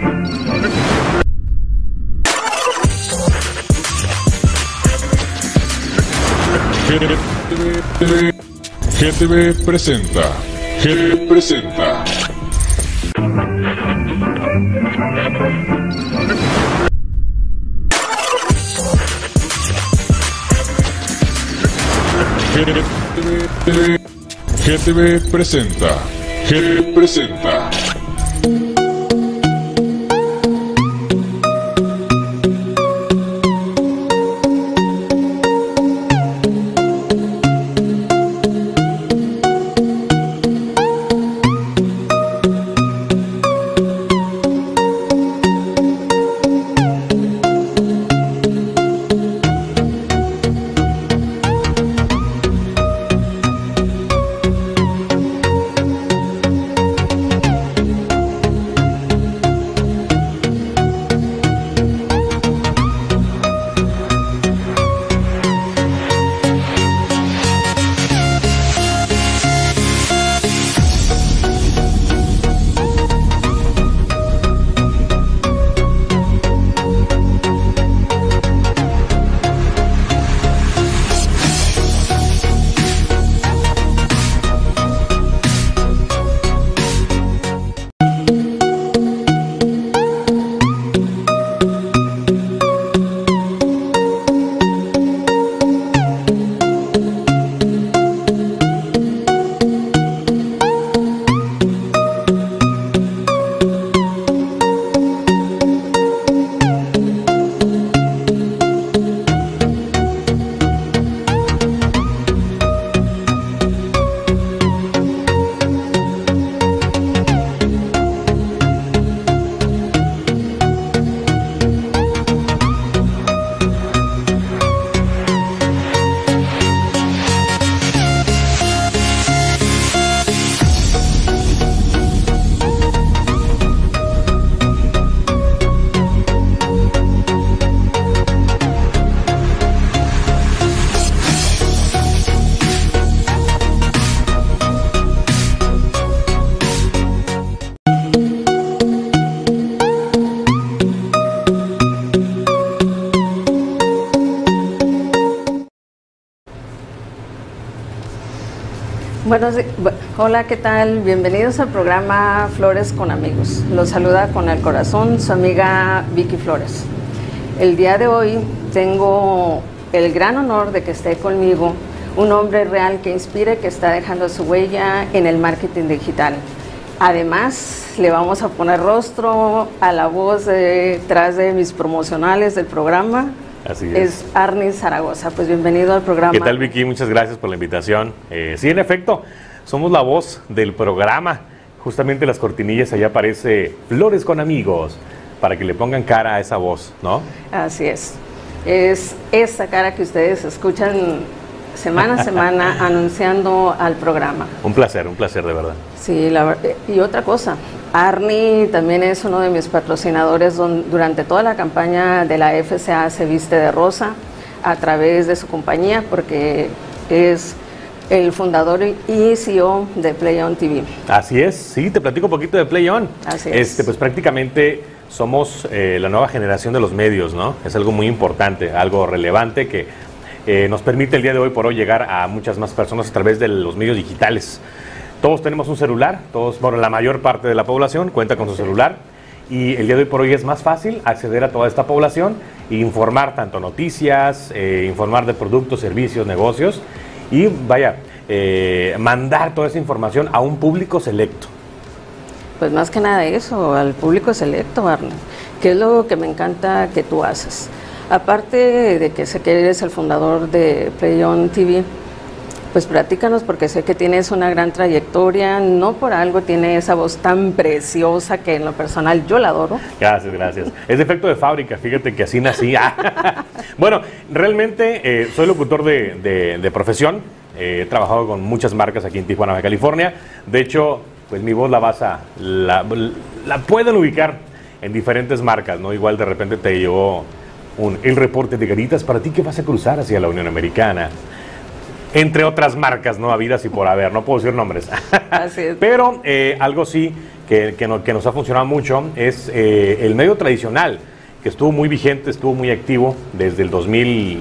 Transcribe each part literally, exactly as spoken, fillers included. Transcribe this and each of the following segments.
G T V presenta, G T V presenta. G T V presenta, G T V presenta. Bueno, sí, hola, ¿qué tal? Bienvenidos al programa Flores con Amigos. Los saluda con el corazón su amiga Vicky Flores. El día de hoy tengo el gran honor de que esté conmigo un hombre real que inspire, que está dejando su huella en el marketing digital. Además, le vamos a poner rostro a la voz detrás de mis promocionales del programa. Así es. Es Arni Zaragoza. Pues bienvenido al programa. ¿Qué tal, Vicky? Muchas gracias por la invitación. Eh, sí, en efecto, somos la voz del programa. Justamente las cortinillas, allá aparece Flores con Amigos, para que le pongan cara a esa voz, ¿no? Así es. Es esa cara que ustedes escuchan semana a semana anunciando al programa. Un placer, un placer de verdad. Sí, la, y otra cosa, Arni también es uno de mis patrocinadores don, durante toda la campaña de la F C A Se Viste de Rosa, a través de su compañía, porque es el fundador y C E O de Play On T V. Así es, sí, te platico un poquito de Play On. Así es. Este, pues prácticamente somos eh, la nueva generación de los medios, ¿no? Es algo muy importante, algo relevante que eh, nos permite el día de hoy por hoy llegar a muchas más personas a través de los medios digitales. Todos tenemos un celular, todos, bueno, la mayor parte de la población cuenta con su celular, y el día de hoy por hoy es más fácil acceder a toda esta población e informar tanto noticias, eh, informar de productos, servicios, negocios, y vaya, eh, mandar toda esa información a un público selecto. Pues más que nada eso, al público selecto, Arni, que es lo que me encanta que tú haces. Aparte de que sé que eres el fundador de Play On T V, pues platícanos, porque sé que tienes una gran trayectoria, no por algo tiene esa voz tan preciosa que en lo personal yo la adoro. Gracias, gracias. Es defecto de fábrica, fíjate que así nací. Bueno, realmente eh, soy locutor de, de, de profesión, eh, he trabajado con muchas marcas aquí en Tijuana, Baja California. De hecho, pues mi voz la vas a, la, la pueden ubicar en diferentes marcas, ¿no? Igual de repente te llegó un, el reporte de Garitas para ti que vas a cruzar hacia la Unión Americana. entre otras marcas, ¿no? Habidas y por haber, no puedo decir nombres. Así es. Pero eh, algo sí que, que, no, que nos ha funcionado mucho es eh, el medio tradicional, que estuvo muy vigente, estuvo muy activo desde el dos mil,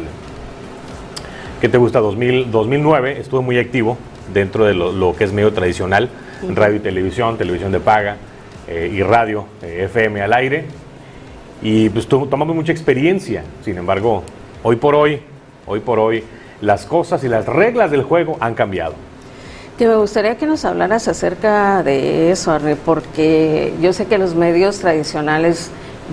¿qué te gusta? dos mil, dos mil nueve, estuvo muy activo dentro de lo, lo que es medio tradicional, uh-huh. radio y televisión, televisión de paga eh, y radio, eh, F M al aire. Y pues tomamos mucha experiencia. Sin embargo, hoy por hoy, hoy por hoy, las cosas y las reglas del juego han cambiado. Que me gustaría que nos hablaras acerca de eso, Arne, porque yo sé que los medios tradicionales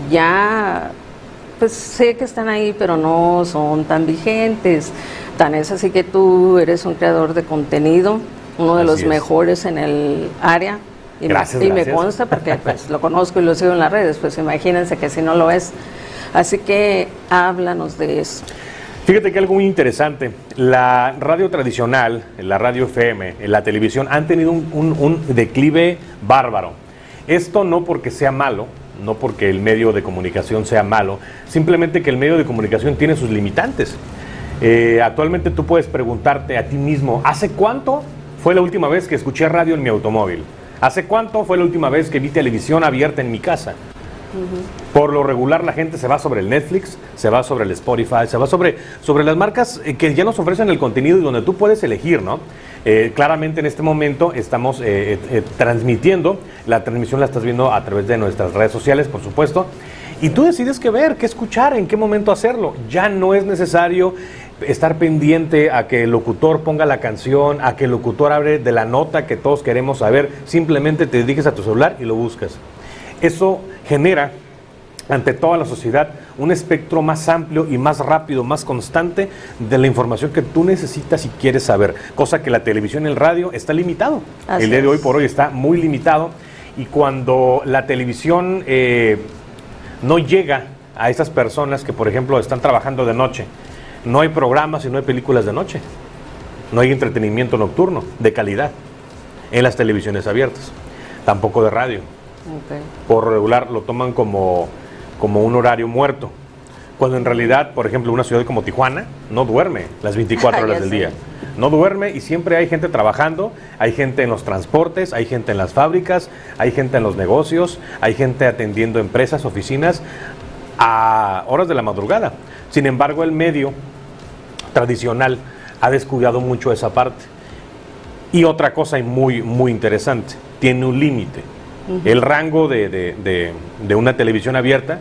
ya, pues sé que están ahí, pero no son tan vigentes. Tan es así que tú eres un creador de contenido, uno de así los es. mejores en el área. Y, gracias, me, y gracias. me consta porque pues, lo conozco y lo sigo en las redes, pues imagínense que si no lo es. Así que háblanos de eso. Fíjate que algo muy interesante, la radio tradicional, la radio F M, la televisión han tenido un, un, un declive bárbaro. Esto no porque sea malo, no porque el medio de comunicación sea malo, simplemente que el medio de comunicación tiene sus limitantes. Eh, actualmente tú puedes preguntarte a ti mismo, ¿hace cuánto fue la última vez que escuché radio en mi automóvil? ¿Hace cuánto fue la última vez que vi televisión abierta en mi casa? Uh-huh. Por lo regular la gente se va sobre el Netflix, se va sobre el Spotify, se va sobre, sobre las marcas que ya nos ofrecen el contenido y donde tú puedes elegir, ¿no? Eh, claramente en este momento estamos eh, eh, transmitiendo, la transmisión la estás viendo a través de nuestras redes sociales, por supuesto, y tú decides qué ver, qué escuchar, en qué momento hacerlo. Ya no es necesario estar pendiente a que el locutor ponga la canción, a que el locutor hable de la nota que todos queremos saber, simplemente te diriges a tu celular y lo buscas. Eso genera ante toda la sociedad un espectro más amplio y más rápido, más constante de la información que tú necesitas y quieres saber, cosa que la televisión y el radio está limitado. Así el día de hoy por hoy está muy limitado, y cuando la televisión eh, no llega a esas personas que, por ejemplo, están trabajando de noche, no hay programas y no hay películas de noche, no hay entretenimiento nocturno de calidad en las televisiones abiertas, tampoco de radio. Okay. Por regular lo toman como, como un horario muerto, cuando en realidad, por ejemplo, una ciudad como Tijuana no duerme las veinticuatro horas del día, no duerme, y siempre hay gente trabajando, hay gente en los transportes, hay gente en las fábricas, hay gente en los negocios, hay gente atendiendo empresas, oficinas a horas de la madrugada. Sin embargo, el medio tradicional ha descuidado mucho esa parte. Y otra cosa muy, muy interesante, tiene un límite. Uh-huh. El rango de, de, de, de una televisión abierta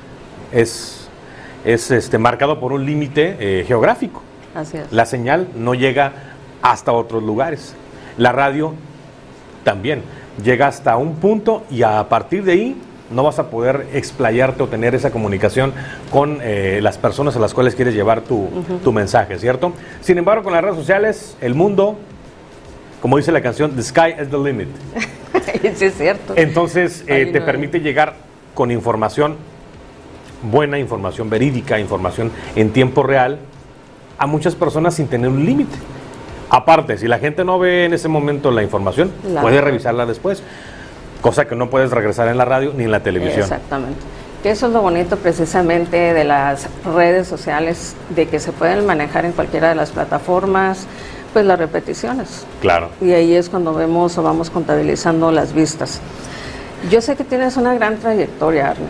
es, es este, marcado por un límite eh, geográfico. Así es. La señal no llega hasta otros lugares. La radio también llega hasta un punto, y a partir de ahí no vas a poder explayarte o tener esa comunicación con eh, las personas a las cuales quieres llevar tu, uh-huh. tu mensaje, ¿cierto? Sin embargo, con las redes sociales, el mundo, como dice la canción, the sky is the limit. Sí, es cierto. Entonces, eh, te no permite llegar con información buena, información verídica, información en tiempo real a muchas personas sin tener un límite. Aparte, si la gente no ve en ese momento la información, la puede revisarla después, cosa que no puedes regresar en la radio ni en la televisión. Exactamente. Que eso es lo bonito precisamente de las redes sociales, de que se pueden manejar en cualquiera de las plataformas, pues las repeticiones. Claro. Y ahí es cuando vemos o vamos contabilizando las vistas. Yo sé que tienes una gran trayectoria, Arne,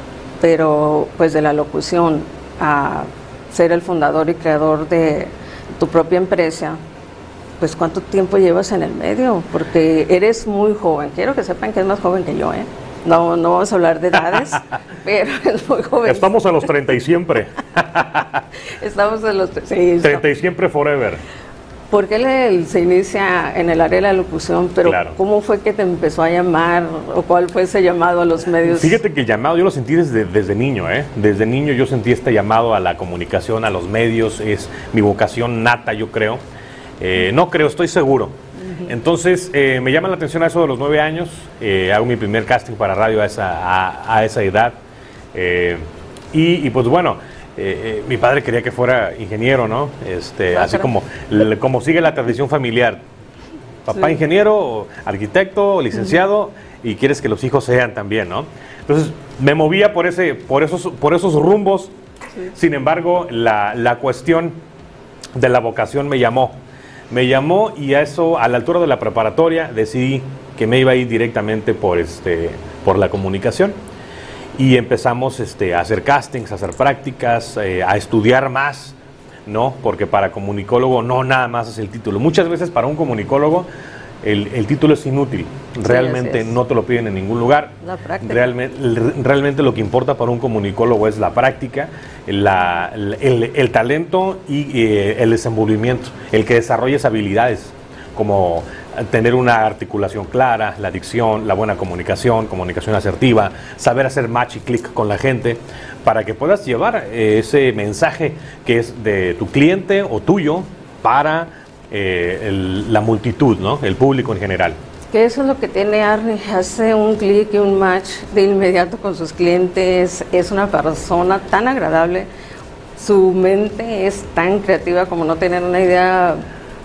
pero pues de la locución a ser el fundador y creador de tu propia empresa, pues ¿cuánto tiempo llevas en el medio? Porque eres muy joven. Quiero que sepan que es más joven que yo, ¿eh? No, no vamos a hablar de edades, pero es muy joven. Estamos a los treinta y siempre. Estamos en los... Sí, treinta y siempre forever. ¿Por qué le, se inicia en el área de la locución? Pero claro. ¿Cómo fue que te empezó a llamar? ¿O cuál fue ese llamado a los medios? Fíjate que el llamado yo lo sentí desde, desde niño, ¿eh? Desde niño yo sentí este llamado a la comunicación, a los medios. Es mi vocación nata, yo creo. Eh, no creo, estoy seguro. Uh-huh. Entonces, eh, me llama la atención a eso de los nueve años. Eh, hago mi primer casting para radio a esa, a, a esa edad. Eh, y, y pues bueno... Eh, eh, mi padre quería que fuera ingeniero, ¿no? Este, ah, así como, le, como sigue la tradición familiar. Papá sí. Ingeniero, arquitecto, licenciado, uh-huh. y quieres que los hijos sean también, ¿no? Entonces me movía por ese, por esos, por esos rumbos. Sí. Sin embargo, la, la cuestión de la vocación me llamó. Me llamó y a eso, a la altura de la preparatoria, decidí que me iba a ir directamente por, este, por la comunicación. Y empezamos este, a hacer castings, a hacer prácticas, eh, a estudiar más, ¿no? Porque para comunicólogo no nada más es el título. Muchas veces para un comunicólogo el, el título es inútil. Realmente sí, no te lo piden en ningún lugar. La práctica. Realmente, realmente lo que importa para un comunicólogo es la práctica, la, el, el talento y eh, el desenvolvimiento, el que desarrolles habilidades como tener una articulación clara, la dicción, la buena comunicación, comunicación asertiva, saber hacer match y clic con la gente, para que puedas llevar eh, ese mensaje que es de tu cliente o tuyo para eh, el, la multitud, ¿no? El público en general. Que eso es lo que tiene Arnie, hace un clic y un match de inmediato con sus clientes, es una persona tan agradable, su mente es tan creativa como no tener una idea.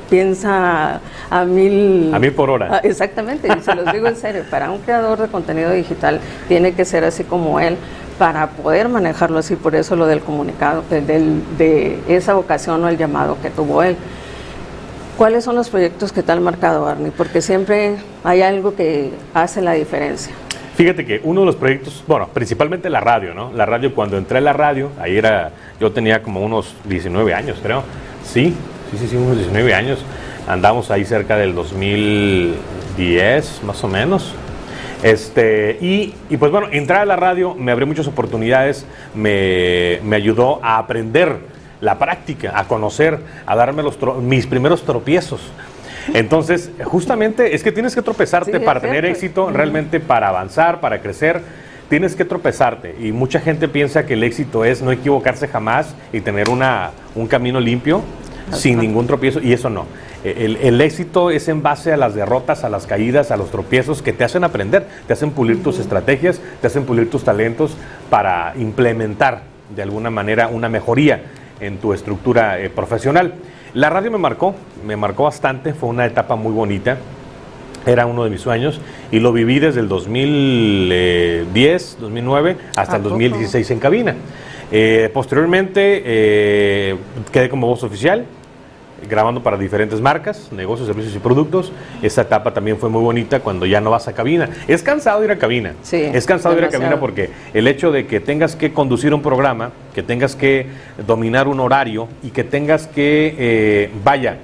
Piensa a mil... A mil por hora. Ah, exactamente, y se los digo en serio, para un creador de contenido digital tiene que ser así como él, para poder manejarlo así, por eso lo del comunicado, de, del, de esa vocación o el llamado que tuvo él. ¿Cuáles son los proyectos que te han marcado, Arnie? Porque siempre hay algo que hace la diferencia. Fíjate que uno de los proyectos, bueno, principalmente la radio, ¿no? La radio, cuando entré a la radio, ahí era, yo tenía como unos diecinueve años, creo, sí. Sí, sí, sí, unos diecinueve años. Andamos ahí cerca del dos mil diez, más o menos. Este, y, y pues bueno, entrar a la radio me abrió muchas oportunidades, me, me ayudó a aprender la práctica, a conocer, a darme los tro- mis primeros tropiezos. Entonces, justamente es que tienes que tropezarte Sí, para es tener cierto. éxito, realmente para avanzar, para crecer. Tienes que tropezarte, y mucha gente piensa que el éxito es no equivocarse jamás y tener una, un camino limpio, sin ningún tropiezo, y eso no. El, el éxito es en base a las derrotas, a las caídas, a los tropiezos que te hacen aprender, te hacen pulir tus estrategias, te hacen pulir tus talentos para implementar de alguna manera una mejoría en tu estructura eh, profesional. La radio me marcó, me marcó bastante, fue una etapa muy bonita, era uno de mis sueños y lo viví desde el dos mil diez, dos mil nueve hasta el dos mil dieciséis en cabina. Eh, posteriormente eh, quedé como voz oficial, grabando para diferentes marcas, negocios, servicios y productos. Esa etapa también fue muy bonita cuando ya no vas a cabina. Es cansado ir a cabina. Sí, es cansado demasiado. ir a cabina porque el hecho de que tengas que conducir un programa, que tengas que dominar un horario y que tengas que, eh, vaya,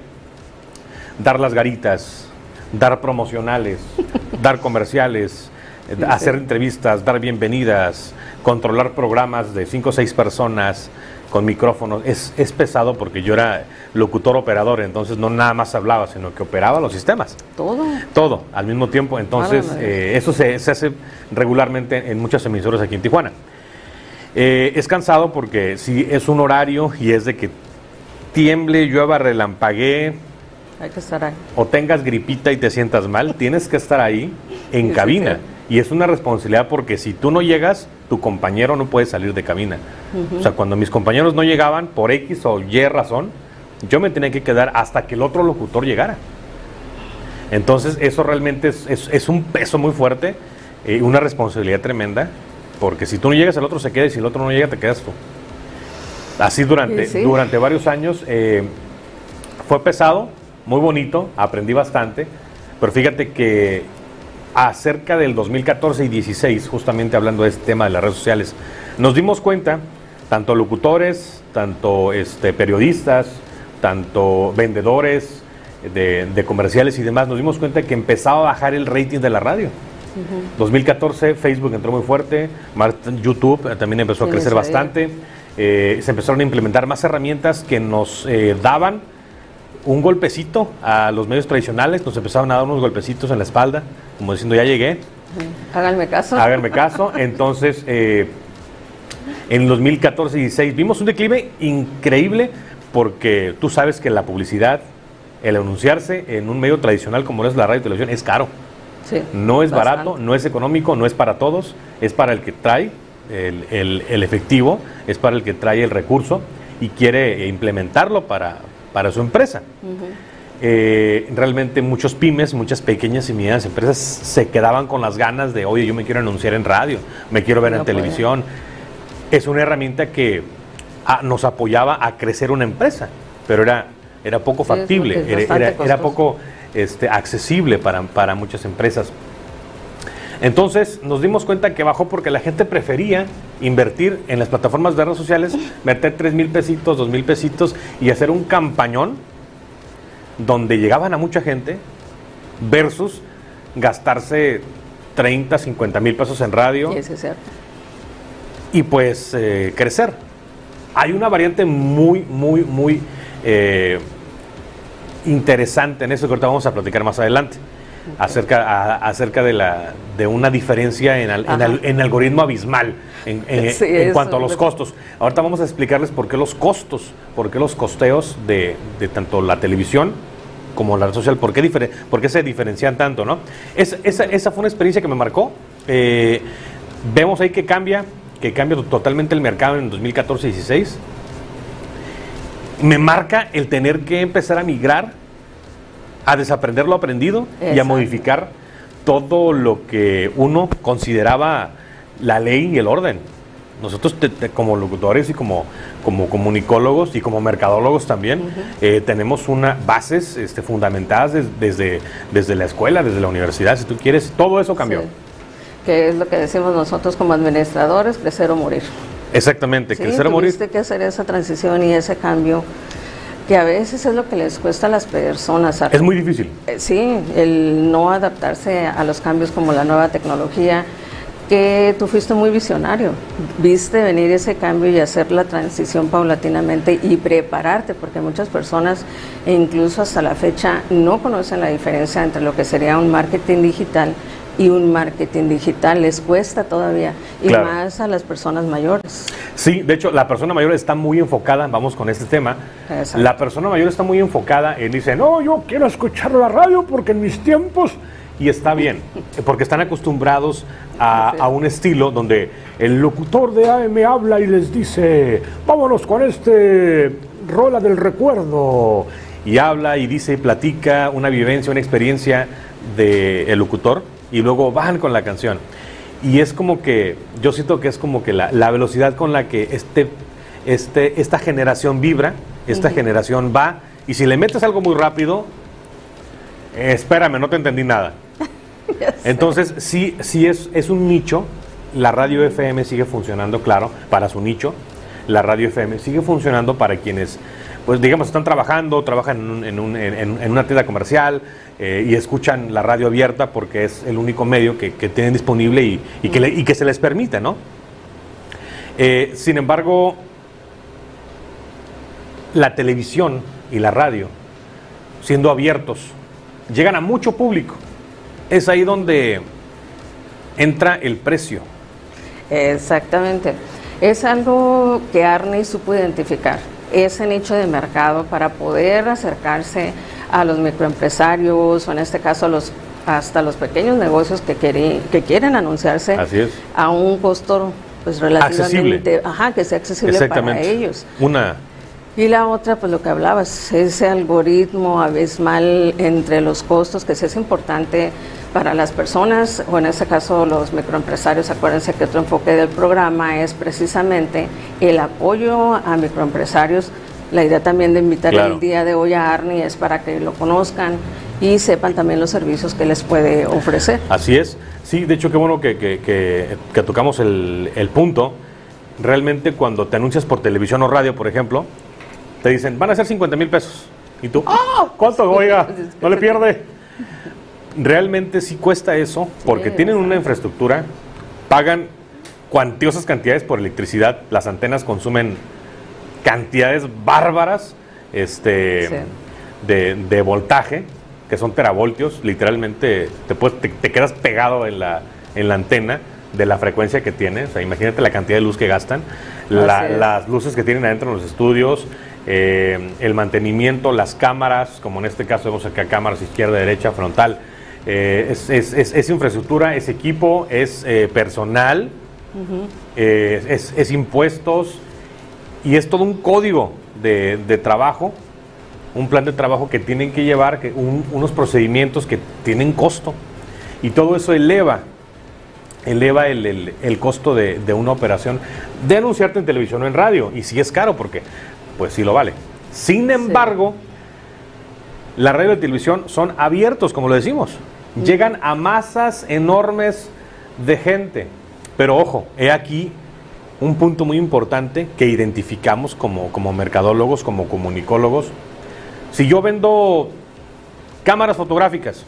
dar las garitas, dar promocionales, dar comerciales, Sí, hacer sí. entrevistas, dar bienvenidas, controlar programas de cinco o seis personas con micrófonos, es, es pesado porque yo era locutor operador, entonces no nada más hablaba, sino que operaba los sistemas. Todo. Todo, al mismo tiempo, entonces Válgame. eh, eso se, se hace regularmente en muchas emisoras aquí en Tijuana. Eh, es cansado porque si es un horario y es de que tiemble, llueva, relampaguee, Hay que estar ahí. o tengas gripita y te sientas mal, tienes que estar ahí en Sí, cabina. sí, Y es una responsabilidad porque si tú no llegas, tu compañero no puede salir de cabina. O sea, cuando mis compañeros no llegaban, por X o Y razón, yo me tenía que quedar hasta que el otro locutor llegara. Entonces, eso realmente es, es, es un peso muy fuerte, eh, una responsabilidad tremenda, porque si tú no llegas, el otro se queda, y si el otro no llega, te quedas tú. Así durante, Sí, sí. durante varios años eh, fue pesado, muy bonito, aprendí bastante, pero fíjate que acerca del dos mil catorce y dieciséis, justamente hablando de este tema de las redes sociales, nos dimos cuenta, tanto locutores, tanto este, periodistas, tanto vendedores de, de comerciales y demás, nos dimos cuenta que empezaba a bajar el rating de la radio. Uh-huh. dos mil catorce, Facebook entró muy fuerte, YouTube también empezó a crecer bastante, eh, se empezaron a implementar más herramientas que nos eh, daban un golpecito a los medios tradicionales, nos empezaron a dar unos golpecitos en la espalda, como diciendo, ya llegué. Háganme caso. Háganme caso. Entonces, eh, en dos mil catorce y dieciséis vimos un declive increíble porque tú sabes que la publicidad, el anunciarse en un medio tradicional como es la radio y televisión, es caro. Sí, no es bastante. barato, no es económico, no es para todos, es para el que trae el, el, el efectivo, es para el que trae el recurso y quiere implementarlo para... para su empresa. Uh-huh. Eh, realmente muchos pymes, muchas pequeñas y medianas empresas se quedaban con las ganas de, oye, yo me quiero anunciar en radio, me quiero ver no en puede. televisión. Es una herramienta que a, nos apoyaba a crecer una empresa, pero era era poco Sí, factible, es era, bastante era, era costoso. poco este, accesible para, para muchas empresas. Entonces nos dimos cuenta que bajó porque la gente prefería invertir en las plataformas de redes sociales, meter tres mil pesitos, dos mil pesitos y hacer un campañón donde llegaban a mucha gente versus gastarse treinta, cincuenta mil pesos en radio. Sí, sí, es cierto. Y pues eh, crecer. Hay una variante muy, muy, muy eh, interesante en eso que ahorita vamos a platicar más adelante. Okay. Acerca, a, acerca de, la, de una diferencia en, al, en, al, en algoritmo abismal en, en, sí, en cuanto a los lo... costos. Ahorita vamos a explicarles por qué los costos, por qué los costeos de, de tanto la televisión como la red social, por qué, difer por qué se diferencian tanto, ¿no? Es, esa, esa fue una experiencia que me marcó. Eh, vemos ahí que cambia, que cambia totalmente el mercado en dos mil catorce dieciséis. Me marca el tener que empezar a migrar, a desaprender lo aprendido. Exacto. Y a modificar todo lo que uno consideraba la ley y el orden. Nosotros te, te, como locutores y como, como comunicólogos y como mercadólogos también, uh-huh. eh, tenemos una, bases este, fundamentadas des, desde, desde la escuela, desde la universidad, si tú quieres. Todo eso cambió. Sí. Que es lo que decimos nosotros como administradores, crecer o morir. Exactamente, sí, crecer o morir. Tuviste que hacer esa transición y ese cambio, que a veces es lo que les cuesta a las personas. Es muy difícil. Sí, el no adaptarse a los cambios como la nueva tecnología, que tú fuiste muy visionario, viste venir ese cambio y hacer la transición paulatinamente y prepararte, porque muchas personas, e incluso hasta la fecha, no conocen la diferencia entre lo que sería un marketing digital y un marketing digital. Les cuesta todavía, y claro. más a las personas mayores. Sí, de hecho, la persona mayor está muy enfocada, vamos con este tema, exacto. La persona mayor está muy enfocada en, dice, no, yo quiero escuchar la radio porque en mis tiempos, y está bien, porque están acostumbrados a, sí. a un estilo donde el locutor de A M habla y les dice, vámonos con este rola del recuerdo, y habla y dice y platica una vivencia, una experiencia del locutor, y luego van con la canción. Y es como que, yo siento que es como que la, la velocidad con la que este, este, esta generación vibra, esta uh-huh. generación va, y si le metes algo muy rápido, eh, espérame, no te entendí nada. Entonces, sí, sí es, es un nicho. La radio F M sigue funcionando, claro, para su nicho. La radio F M sigue funcionando para quienes, pues digamos, están trabajando, trabajan en, un, en, un, en, en una tienda comercial eh, y escuchan la radio abierta porque es el único medio que, que tienen disponible y, y, que le, y que se les permite, ¿no? Eh, sin embargo, la televisión y la radio, siendo abiertos, llegan a mucho público. Es ahí donde entra el precio. Exactamente. Es algo que Arnie supo identificar, ese nicho de mercado para poder acercarse a los microempresarios o en este caso a los, hasta los pequeños negocios que, quiere, que quieren anunciarse. Así es. A un costo pues relativamente, ajá, que sea accesible para ellos. Una... Y la otra, pues lo que hablabas, ese algoritmo abismal entre los costos, que sí es importante para las personas, o en este caso los microempresarios. Acuérdense que otro enfoque del programa es precisamente el apoyo a microempresarios. La idea también de invitar claro. el día de hoy a Arnie es para que lo conozcan y sepan también los servicios que les puede ofrecer. Así es. Sí, de hecho, qué bueno que, que, que, que tocamos el, el punto. Realmente cuando te anuncias por televisión o radio, por ejemplo, te dicen, van a ser cincuenta mil pesos. ¿Y tú? ¡Ah! ¿Cuánto? Oiga, no le pierde. Realmente sí cuesta eso, porque sí, tienen una infraestructura, pagan cuantiosas cantidades por electricidad, las antenas consumen cantidades bárbaras este, sí. de, de voltaje, que son teravoltios, literalmente te, puedes, te, te quedas pegado en la, en la antena de la frecuencia que tiene. O sea, imagínate la cantidad de luz que gastan, la, las luces que tienen adentro de los estudios, eh, el mantenimiento, las cámaras, como en este caso vemos acá cámaras izquierda, derecha, frontal, eh, es, es, es, es infraestructura, es equipo, es eh, personal, uh-huh. eh, es, es impuestos, y es todo un código de, de trabajo, un plan de trabajo que tienen que llevar, que un, unos procedimientos que tienen costo, y todo eso eleva eleva el, el, el costo de, de una operación de anunciarte en televisión o en radio, y sí es caro porque pues sí lo vale. Sin embargo, la radio y la televisión son abiertos, como lo decimos. Llegan a masas enormes de gente. Pero ojo, he aquí un punto muy importante que identificamos como, como mercadólogos, como comunicólogos. Si yo vendo cámaras fotográficas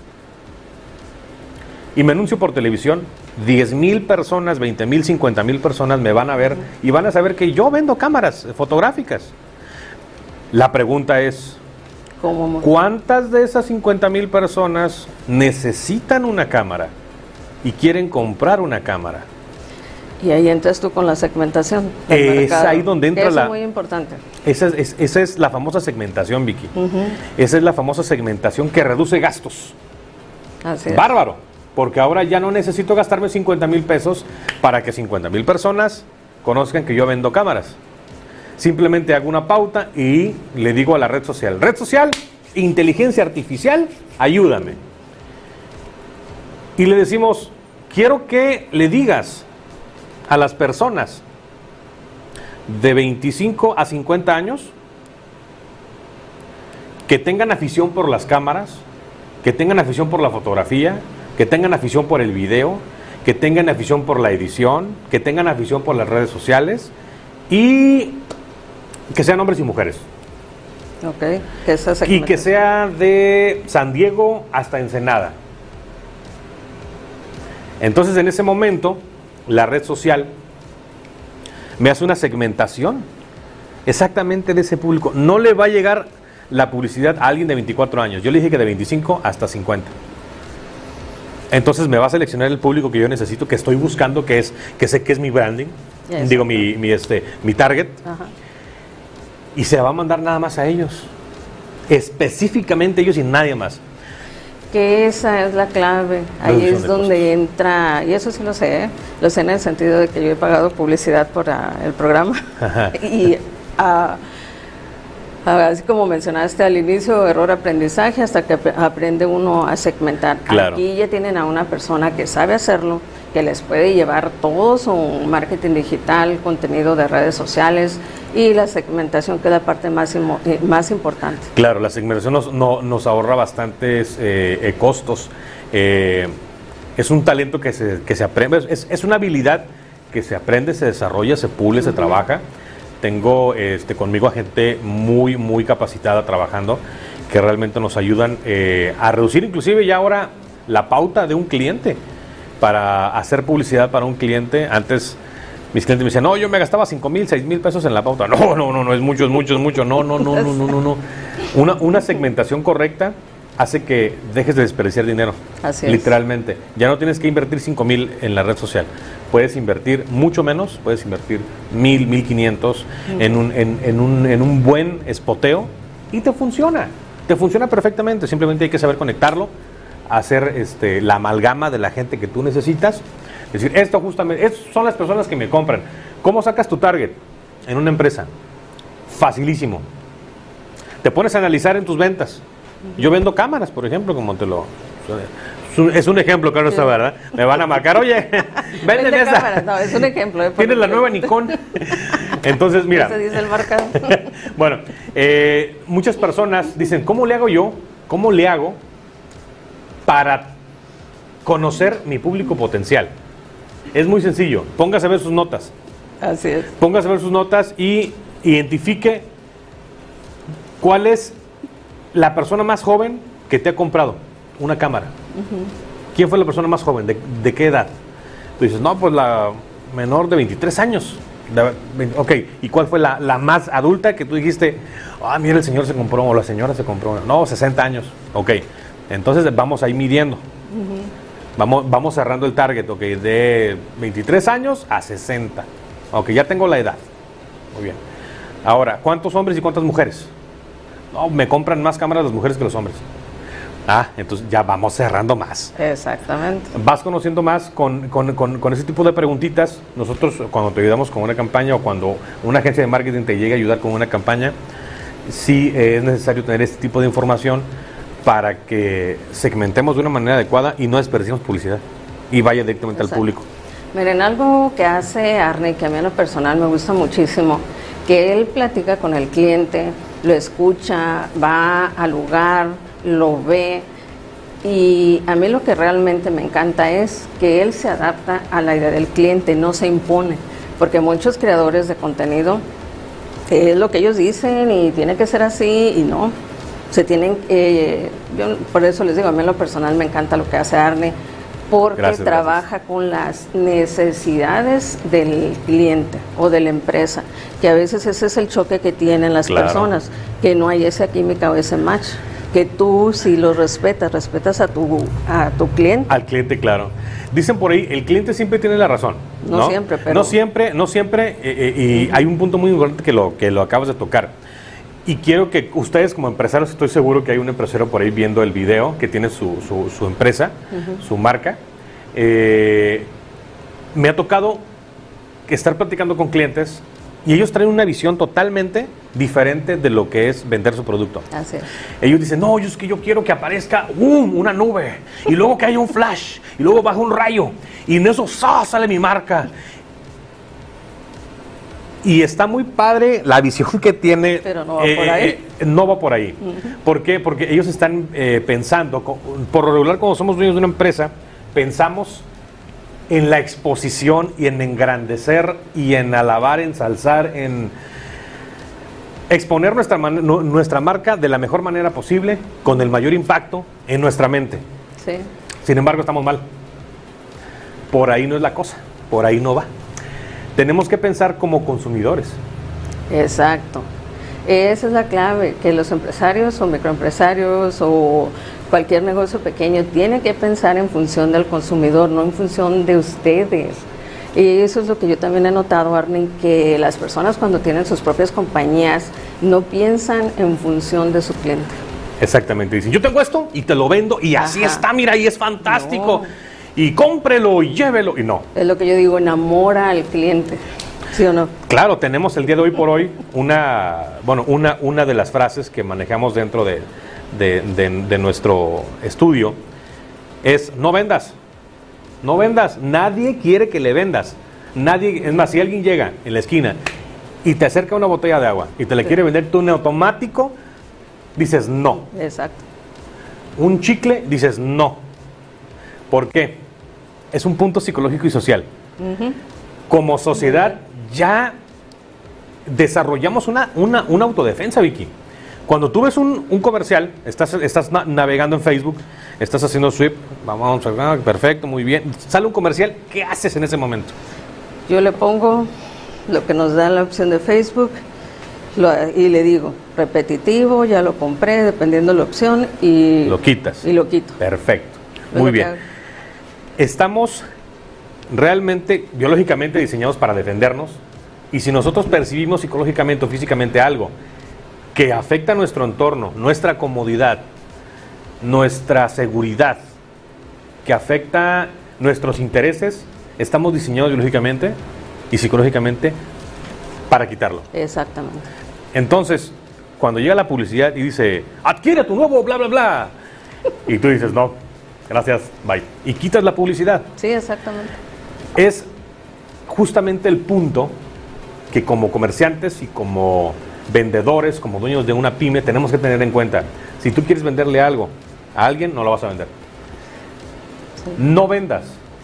y me anuncio por televisión, diez mil personas, veinte mil, cincuenta mil personas me van a ver y van a saber que yo vendo cámaras fotográficas. La pregunta es, ¿Cómo? ¿cuántas de esas cincuenta mil personas necesitan una cámara y quieren comprar una cámara? Y ahí entras tú con la segmentación del Es mercado, ahí donde entra que eso la... es muy importante. Esa es, es- esa es la famosa segmentación, Vicky. Ujú. Esa es la famosa segmentación que reduce gastos. Así es. Bárbaro, porque ahora ya no necesito gastarme cincuenta mil pesos para que cincuenta mil personas conozcan que yo vendo cámaras. Simplemente hago una pauta y le digo a la red social, red social, inteligencia artificial, ayúdame. Y le decimos, quiero que le digas a las personas de veinticinco a cincuenta años que tengan afición por las cámaras, que tengan afición por la fotografía, que tengan afición por el video, que tengan afición por la edición, que tengan afición por las redes sociales y que sean hombres y mujeres. Ok, que esa Y segmentación. que sea de San Diego hasta Ensenada. Entonces, en ese momento, la red social me hace una segmentación exactamente de ese público. No le va a llegar la publicidad a alguien de veinticuatro años. Yo le dije que de veinticinco hasta cincuenta. Entonces me va a seleccionar el público que yo necesito, que estoy buscando, que es que sé que es mi branding, Exacto. digo mi, mi, este, mi target, Ajá. y se va a mandar nada más a ellos, específicamente ellos y nadie más. Que esa es la clave. Ahí Reducción es de donde entra, y eso sí lo sé, ¿eh? Lo sé en el sentido de que yo he pagado publicidad por ah, el programa. y ah, ah, así como mencionaste al inicio, error aprendizaje hasta que ap- aprende uno a segmentar. Claro. Aquí ya tienen a una persona que sabe hacerlo, que les puede llevar todo su marketing digital, contenido de redes sociales y la segmentación, que es la parte más, imo- eh, más importante. Claro, la segmentación nos, no- nos ahorra bastantes eh, eh, costos. Eh, es un talento que se, que se aprende, es, es una habilidad que se aprende, se desarrolla, se pule, se trabaja. Tengo este, conmigo a gente muy, muy capacitada trabajando, que realmente nos ayudan eh, a reducir inclusive ya ahora la pauta de un cliente para hacer publicidad para un cliente. Antes mis clientes me decían, no, yo me gastaba cinco mil, seis mil pesos en la pauta. No, no, no, no, es mucho, es mucho, es mucho. No, no, no, no, no, no, no. Una, una segmentación correcta hace que dejes de desperdiciar dinero. Así es. Literalmente. Ya no tienes que invertir cinco mil en la red social. Puedes invertir mucho menos, puedes invertir mil, mil quinientos en un, en, en un, en un buen espoteo y te funciona. Te funciona perfectamente. Simplemente hay que saber conectarlo, hacer este, la amalgama de la gente que tú necesitas. Es decir, esto justamente, estas son las personas que me compran. ¿Cómo sacas tu target en una empresa? Facilísimo. Te pones a analizar en tus ventas. Yo vendo cámaras, por ejemplo, como te lo... Es un, es un ejemplo, claro está, ¿verdad? Me van a marcar, oye, venden Vende esa. cámaras. No, es un ejemplo. ¿eh? Tienes la Porque- nueva Nikon. Entonces, mira. Ese dice el marcado. Bueno, eh, muchas personas dicen, ¿cómo le hago yo? ¿Cómo le hago para conocer mi público potencial? Es muy sencillo. Póngase a ver sus notas. Así es. Póngase a ver sus notas y identifique cuál es la persona más joven que te ha comprado una cámara. ¿Quién fue la persona más joven? ¿De, de qué edad? Tú dices, no, pues la menor de veintitrés años. De, veinte, ok, ¿y cuál fue la, la más adulta que tú dijiste, ah, mira, el señor se compró o la señora se compró una? No, sesenta años. Ok, entonces vamos ahí midiendo. Vamos, vamos cerrando el target, ok, de veintitrés años a sesenta. Ok, ya tengo la edad. Muy bien. Ahora, ¿cuántos hombres y cuántas mujeres? No, me compran más cámaras las mujeres que los hombres. Ah, entonces ya vamos cerrando más. Exactamente. Vas conociendo más con, con, con, con ese tipo de preguntitas. Nosotros cuando te ayudamos con una campaña o cuando una agencia de marketing te llega a ayudar con una campaña, sí eh, es necesario tener este tipo de información para que segmentemos de una manera adecuada y no desperdiciemos publicidad y vaya directamente Exacto. al público. Miren, algo que hace Arne, que a mí en lo personal me gusta muchísimo, que él platica con el cliente, lo escucha, va al lugar, lo ve. Y a mí lo que realmente me encanta es que él se adapta a la idea del cliente, no se impone, porque muchos creadores de contenido es lo que ellos dicen y tiene que ser así y no, se tienen, eh, yo por eso les digo, a mí en lo personal me encanta lo que hace Arne, porque Gracias, trabaja gracias. con las necesidades del cliente o de la empresa, que a veces ese es el choque que tienen las Claro. personas, que no hay esa química o ese match. Que tú, si lo respetas, respetas a tu, a tu cliente. Al cliente, claro. Dicen por ahí, el cliente siempre tiene la razón. No, No, siempre, pero... No siempre, no siempre, eh, eh, y uh-huh. hay un punto muy importante que lo, que lo acabas de tocar. Y quiero que ustedes como empresarios, estoy seguro que hay un empresario por ahí viendo el video que tiene su, su, su empresa, uh-huh. su marca. Eh, me ha tocado estar platicando con clientes y ellos traen una visión totalmente diferente de lo que es vender su producto. Así es. Ellos dicen, no, yo es que yo quiero que aparezca ¡um! Una nube, y luego que haya un flash, y luego baja un rayo, y en eso ¡ah! Sale mi marca. Y está muy padre la visión que tiene. Pero no va eh, por ahí. Eh, no va por ahí. Uh-huh. ¿Por qué? Porque ellos están eh, pensando, por lo regular, cuando somos dueños de una empresa, pensamos en la exposición y en engrandecer y en alabar, ensalzar, en exponer nuestra, man- nuestra marca de la mejor manera posible, con el mayor impacto en nuestra mente. Sí. Sin embargo, estamos mal. Por ahí no es la cosa, por ahí no va. Tenemos que pensar como consumidores. Exacto. Esa es la clave, que los empresarios o microempresarios o cualquier negocio pequeño tiene que pensar en función del consumidor, no en función de ustedes. Y eso es lo que yo también he notado, Arne, que las personas cuando tienen sus propias compañías no piensan en función de su cliente. Exactamente, dicen, yo tengo esto y te lo vendo y así Ajá. está, mira, y es fantástico. No. Y cómprelo y llévelo. Y no. Es lo que yo digo, enamora al cliente, ¿sí o no? Claro, tenemos el día de hoy por hoy una, bueno, una, una de las frases que manejamos dentro de, de, de, de nuestro estudio es no vendas, no vendas, nadie quiere que le vendas, nadie, es más, si alguien llega en la esquina y te acerca una botella de agua y te la Sí. quiere vender tú en automático, dices no. Exacto. Un chicle, dices no. ¿Por qué? Es un punto psicológico y social. Uh-huh. Como sociedad ya desarrollamos una, una, una autodefensa, Vicky. Cuando tú ves un, un comercial, estás, estás na- navegando en Facebook, estás haciendo sweep, vamos a ver, perfecto, muy bien, sale un comercial, ¿qué haces en ese momento? Yo le pongo lo que nos da la opción de Facebook lo- y le digo, repetitivo, ya lo compré, dependiendo de la opción, y Lo quitas. Y lo quito. Perfecto, Es muy lo que bien. hago. Estamos realmente, biológicamente diseñados para defendernos, y si nosotros percibimos psicológicamente o físicamente algo que afecta a nuestro entorno, nuestra comodidad, nuestra seguridad, que afecta nuestros intereses, estamos diseñados biológicamente y psicológicamente para quitarlo. Exactamente. Entonces, cuando llega la publicidad y dice, adquiere tu nuevo bla, bla, bla, y tú dices, no, gracias, bye, y quitas la publicidad, Sí, exactamente. es justamente el punto que como comerciantes y como vendedores, como dueños de una pyme, tenemos que tener en cuenta. Si tú quieres venderle algo a alguien, no lo vas a vender. Sí. No vendas.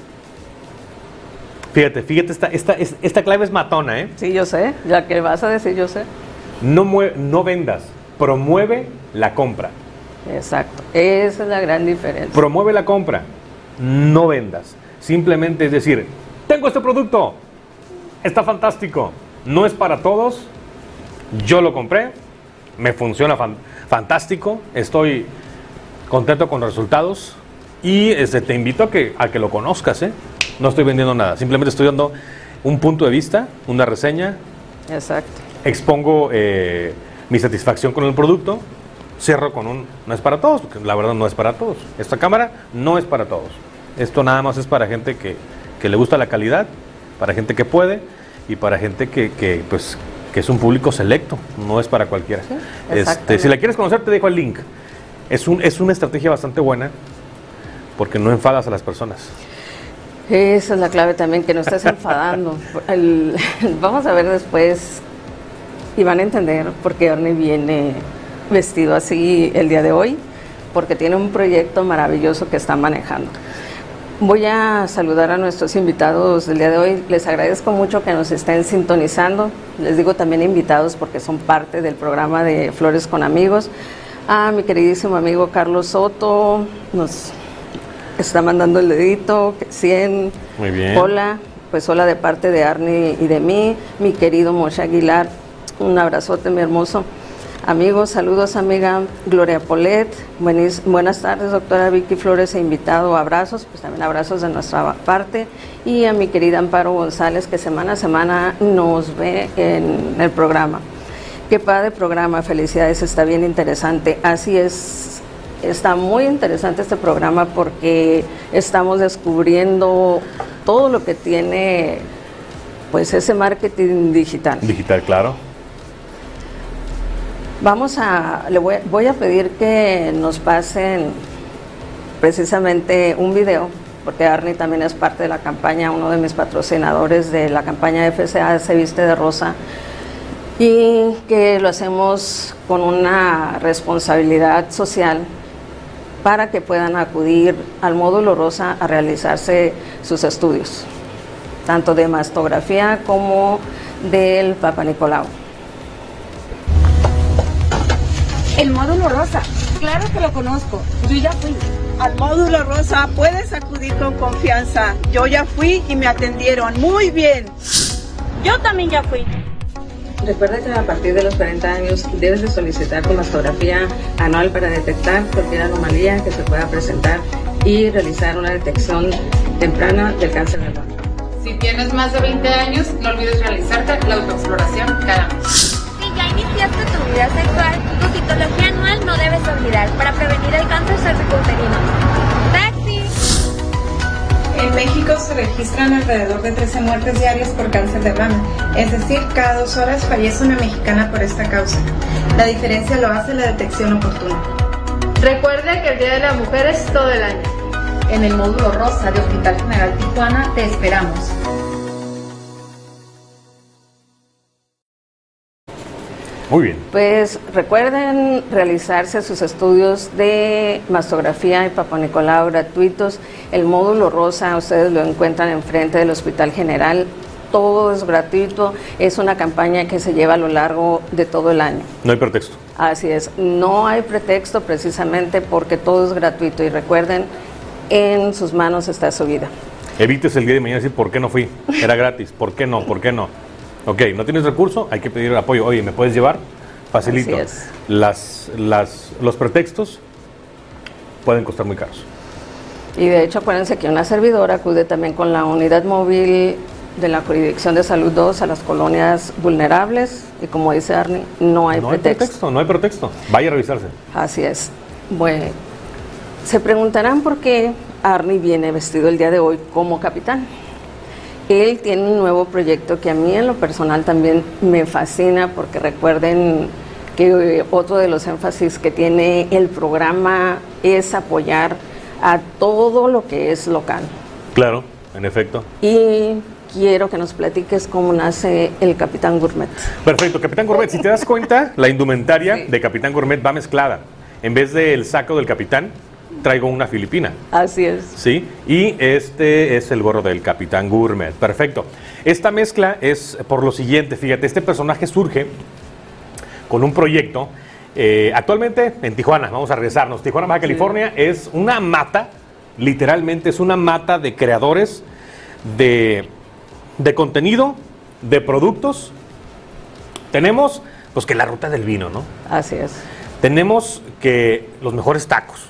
Fíjate, fíjate, esta, esta, esta clave es matona, ¿eh? Sí, yo sé, ya que vas a decir, yo sé. No, mue- no vendas, promueve la compra. Exacto. Esa es la gran diferencia. Promueve la compra, no vendas. Simplemente es decir, tengo este producto, está fantástico, no es para todos, yo lo compré, me funciona fan- fantástico, estoy contento con los resultados y este, te invito a que, a que lo conozcas, ¿eh? No estoy vendiendo nada, simplemente estoy dando un punto de vista, una reseña, Exacto. expongo eh, mi satisfacción con el producto, cierro con un no es para todos, porque la verdad no es para todos. Esta cámara no es para todos. Esto nada más es para gente que, que le gusta la calidad, para gente que puede y para gente que, que, pues, que es un público selecto, no es para cualquiera. Sí, este, exactamente. si la quieres conocer, te dejo el link. Es, un, es una estrategia bastante buena porque no enfadas a las personas. Esa es la clave también, que no estés enfadando. El- vamos a ver después y van a entender por qué Arne viene vestido así el día de hoy, porque tiene un proyecto maravilloso que está manejando. Voy a saludar a nuestros invitados del día de hoy. Les agradezco mucho que nos estén sintonizando. Les digo también invitados porque son parte del programa de Flores con Amigos. A mi queridísimo amigo Carlos Soto, nos está mandando el dedito, cien. Muy bien. Hola, pues hola de parte de Arnie y de mí. Mi querido Moshe Aguilar, un abrazote, mi hermoso. Amigos, saludos, amiga Gloria Polet. Buenis, buenas tardes, doctora Vicky Flores e invitado. Abrazos, pues también abrazos de nuestra parte. Y a mi querida Amparo González, que semana a semana nos ve en el programa. Qué padre programa, felicidades, está bien interesante. Así es, está muy interesante este programa porque estamos descubriendo todo lo que tiene, pues, ese marketing digital. Digital, claro. Vamos a, le voy, voy a pedir que nos pasen precisamente un video, porque Arnie también es parte de la campaña, uno de mis patrocinadores de la campaña F C A Se Viste de Rosa, y que lo hacemos con una responsabilidad social para que puedan acudir al módulo Rosa a realizarse sus estudios, tanto de mastografía como del Papa Nicolau. El módulo Rosa, claro que lo conozco, yo ya fui. Al módulo Rosa puedes acudir con confianza. Yo ya fui y me atendieron muy bien. Yo también ya fui. Recuerda que a partir de los cuarenta años debes de solicitar tu mastografía anual para detectar cualquier anomalía que se pueda presentar y realizar una detección temprana del cáncer de mama. Si tienes más de veinte años, no olvides realizarte la autoexploración cada mes. Si ya iniciaste tu vida sexual, tu citología anual no debes olvidar para prevenir el cáncer cervicouterino. ¡Taxi! En México se registran alrededor de trece muertes diarias por cáncer de mama, es decir, cada dos horas fallece una mexicana por esta causa. La diferencia lo hace la detección oportuna. Recuerde que el Día de la Mujer es todo el año. En el módulo Rosa de Hospital General Tijuana te esperamos. Muy bien. Pues recuerden realizarse sus estudios de mastografía y Papa Nicolau gratuitos. El módulo Rosa, ustedes lo encuentran enfrente del Hospital General. Todo es gratuito. Es una campaña que se lleva a lo largo de todo el año. No hay pretexto. Así es. No hay pretexto precisamente porque todo es gratuito. Y recuerden, en sus manos está su vida. Evites el día de mañana decir, ¿por qué no fui? Era gratis. ¿Por qué no? ¿Por qué no? Ok, no tienes recurso, hay que pedir apoyo. Oye, ¿me puedes llevar? Facilito. Así es. Las, las, los pretextos pueden costar muy caros. Y de hecho, acuérdense que una servidora acude también con la unidad móvil de la Jurisdicción de Salud dos a las colonias vulnerables. Y como dice Arnie, no hay no pretexto. Hay pretexto. No hay pretexto. Vaya a revisarse. Así es. Bueno, se preguntarán por qué Arnie viene vestido el día de hoy como capitán. Él tiene un nuevo proyecto que a mí en lo personal también me fascina, porque recuerden que eh, otro de los énfasis que tiene el programa es apoyar a todo lo que es local. Claro, en efecto. Y quiero que nos platiques cómo nace el Capitán Gourmet. Perfecto, Capitán Gourmet, si te das cuenta, la indumentaria Sí. de Capitán Gourmet va mezclada. En vez del saco del capitán, traigo una filipina. Así es. Sí, y este es el gorro del Capitán Gourmet. Perfecto. Esta mezcla es por lo siguiente, fíjate, este personaje surge con un proyecto eh, actualmente en Tijuana, vamos a regresarnos. Tijuana, Baja California, sí. Es una mata, literalmente es una mata de creadores de, de contenido, de productos. Tenemos, pues, que la ruta del vino, ¿no? Así es. Tenemos que los mejores tacos.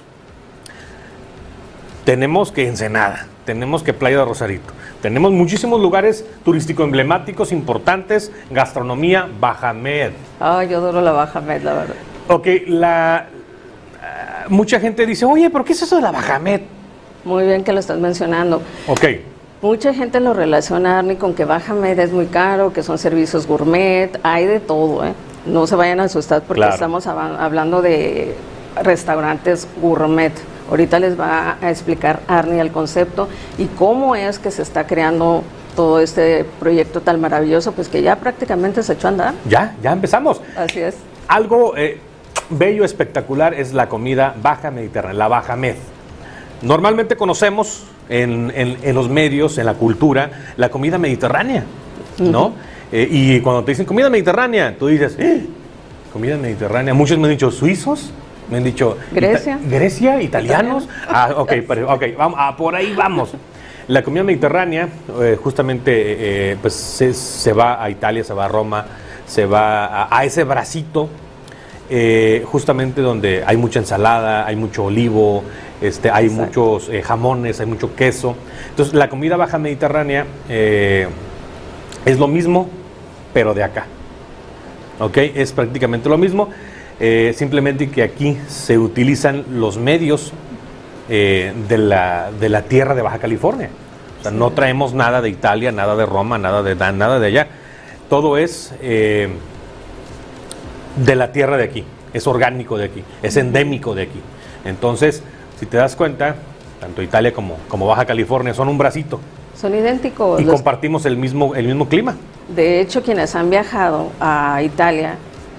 Tenemos que Ensenada, tenemos que Playa de Rosarito, tenemos muchísimos lugares turísticos emblemáticos, importantes, gastronomía, Bajamed. Ay, yo adoro la Bajamed, la verdad. Ok, la, uh, mucha gente dice, oye, ¿pero qué es eso de la Bajamed? Muy bien que lo estás mencionando. Ok. Mucha gente lo relaciona, Arnie, con que Bajamed es muy caro, que son servicios gourmet, hay de todo, ¿eh? No se vayan a asustar porque Claro. estamos hab- hablando de restaurantes gourmet. Ahorita les va a explicar Arnie el concepto y cómo es que se está creando todo este proyecto tan maravilloso, pues que ya prácticamente se echó a andar. Ya, ya empezamos. Así es. Algo, eh, bello, espectacular es la comida baja mediterránea, la Baja Med. Normalmente conocemos en, en, en los medios, en la cultura, la comida mediterránea, ¿no? Uh-huh. eh, y cuando te dicen comida mediterránea, tú dices, ¿eh? Comida mediterránea. Muchos me han dicho suizos, me han dicho Grecia, ita- Grecia, italianos. Ah, ok, pero, okay vamos, ah, por ahí vamos. La comida mediterránea, eh, justamente, eh, pues se, se va a Italia, se va a Roma, se va a, a ese bracito, eh, justamente donde hay mucha ensalada, hay mucho olivo, este, hay Exacto. muchos eh, jamones, hay mucho queso. Entonces, la comida baja mediterránea eh, es lo mismo, pero de acá. ¿Ok? Es prácticamente lo mismo, eh, simplemente que aquí se utilizan los medios eh, de, la, de la tierra de Baja California. O sea, sí. no traemos nada de Italia, nada de Roma, nada de, nada de allá. Todo es eh, de la tierra de aquí, es orgánico de aquí, es endémico de aquí. Entonces, si te das cuenta, tanto Italia como, como Baja California son un bracito. Son idénticos. Y los... compartimos el mismo, el mismo clima. De hecho, quienes han viajado a Italia,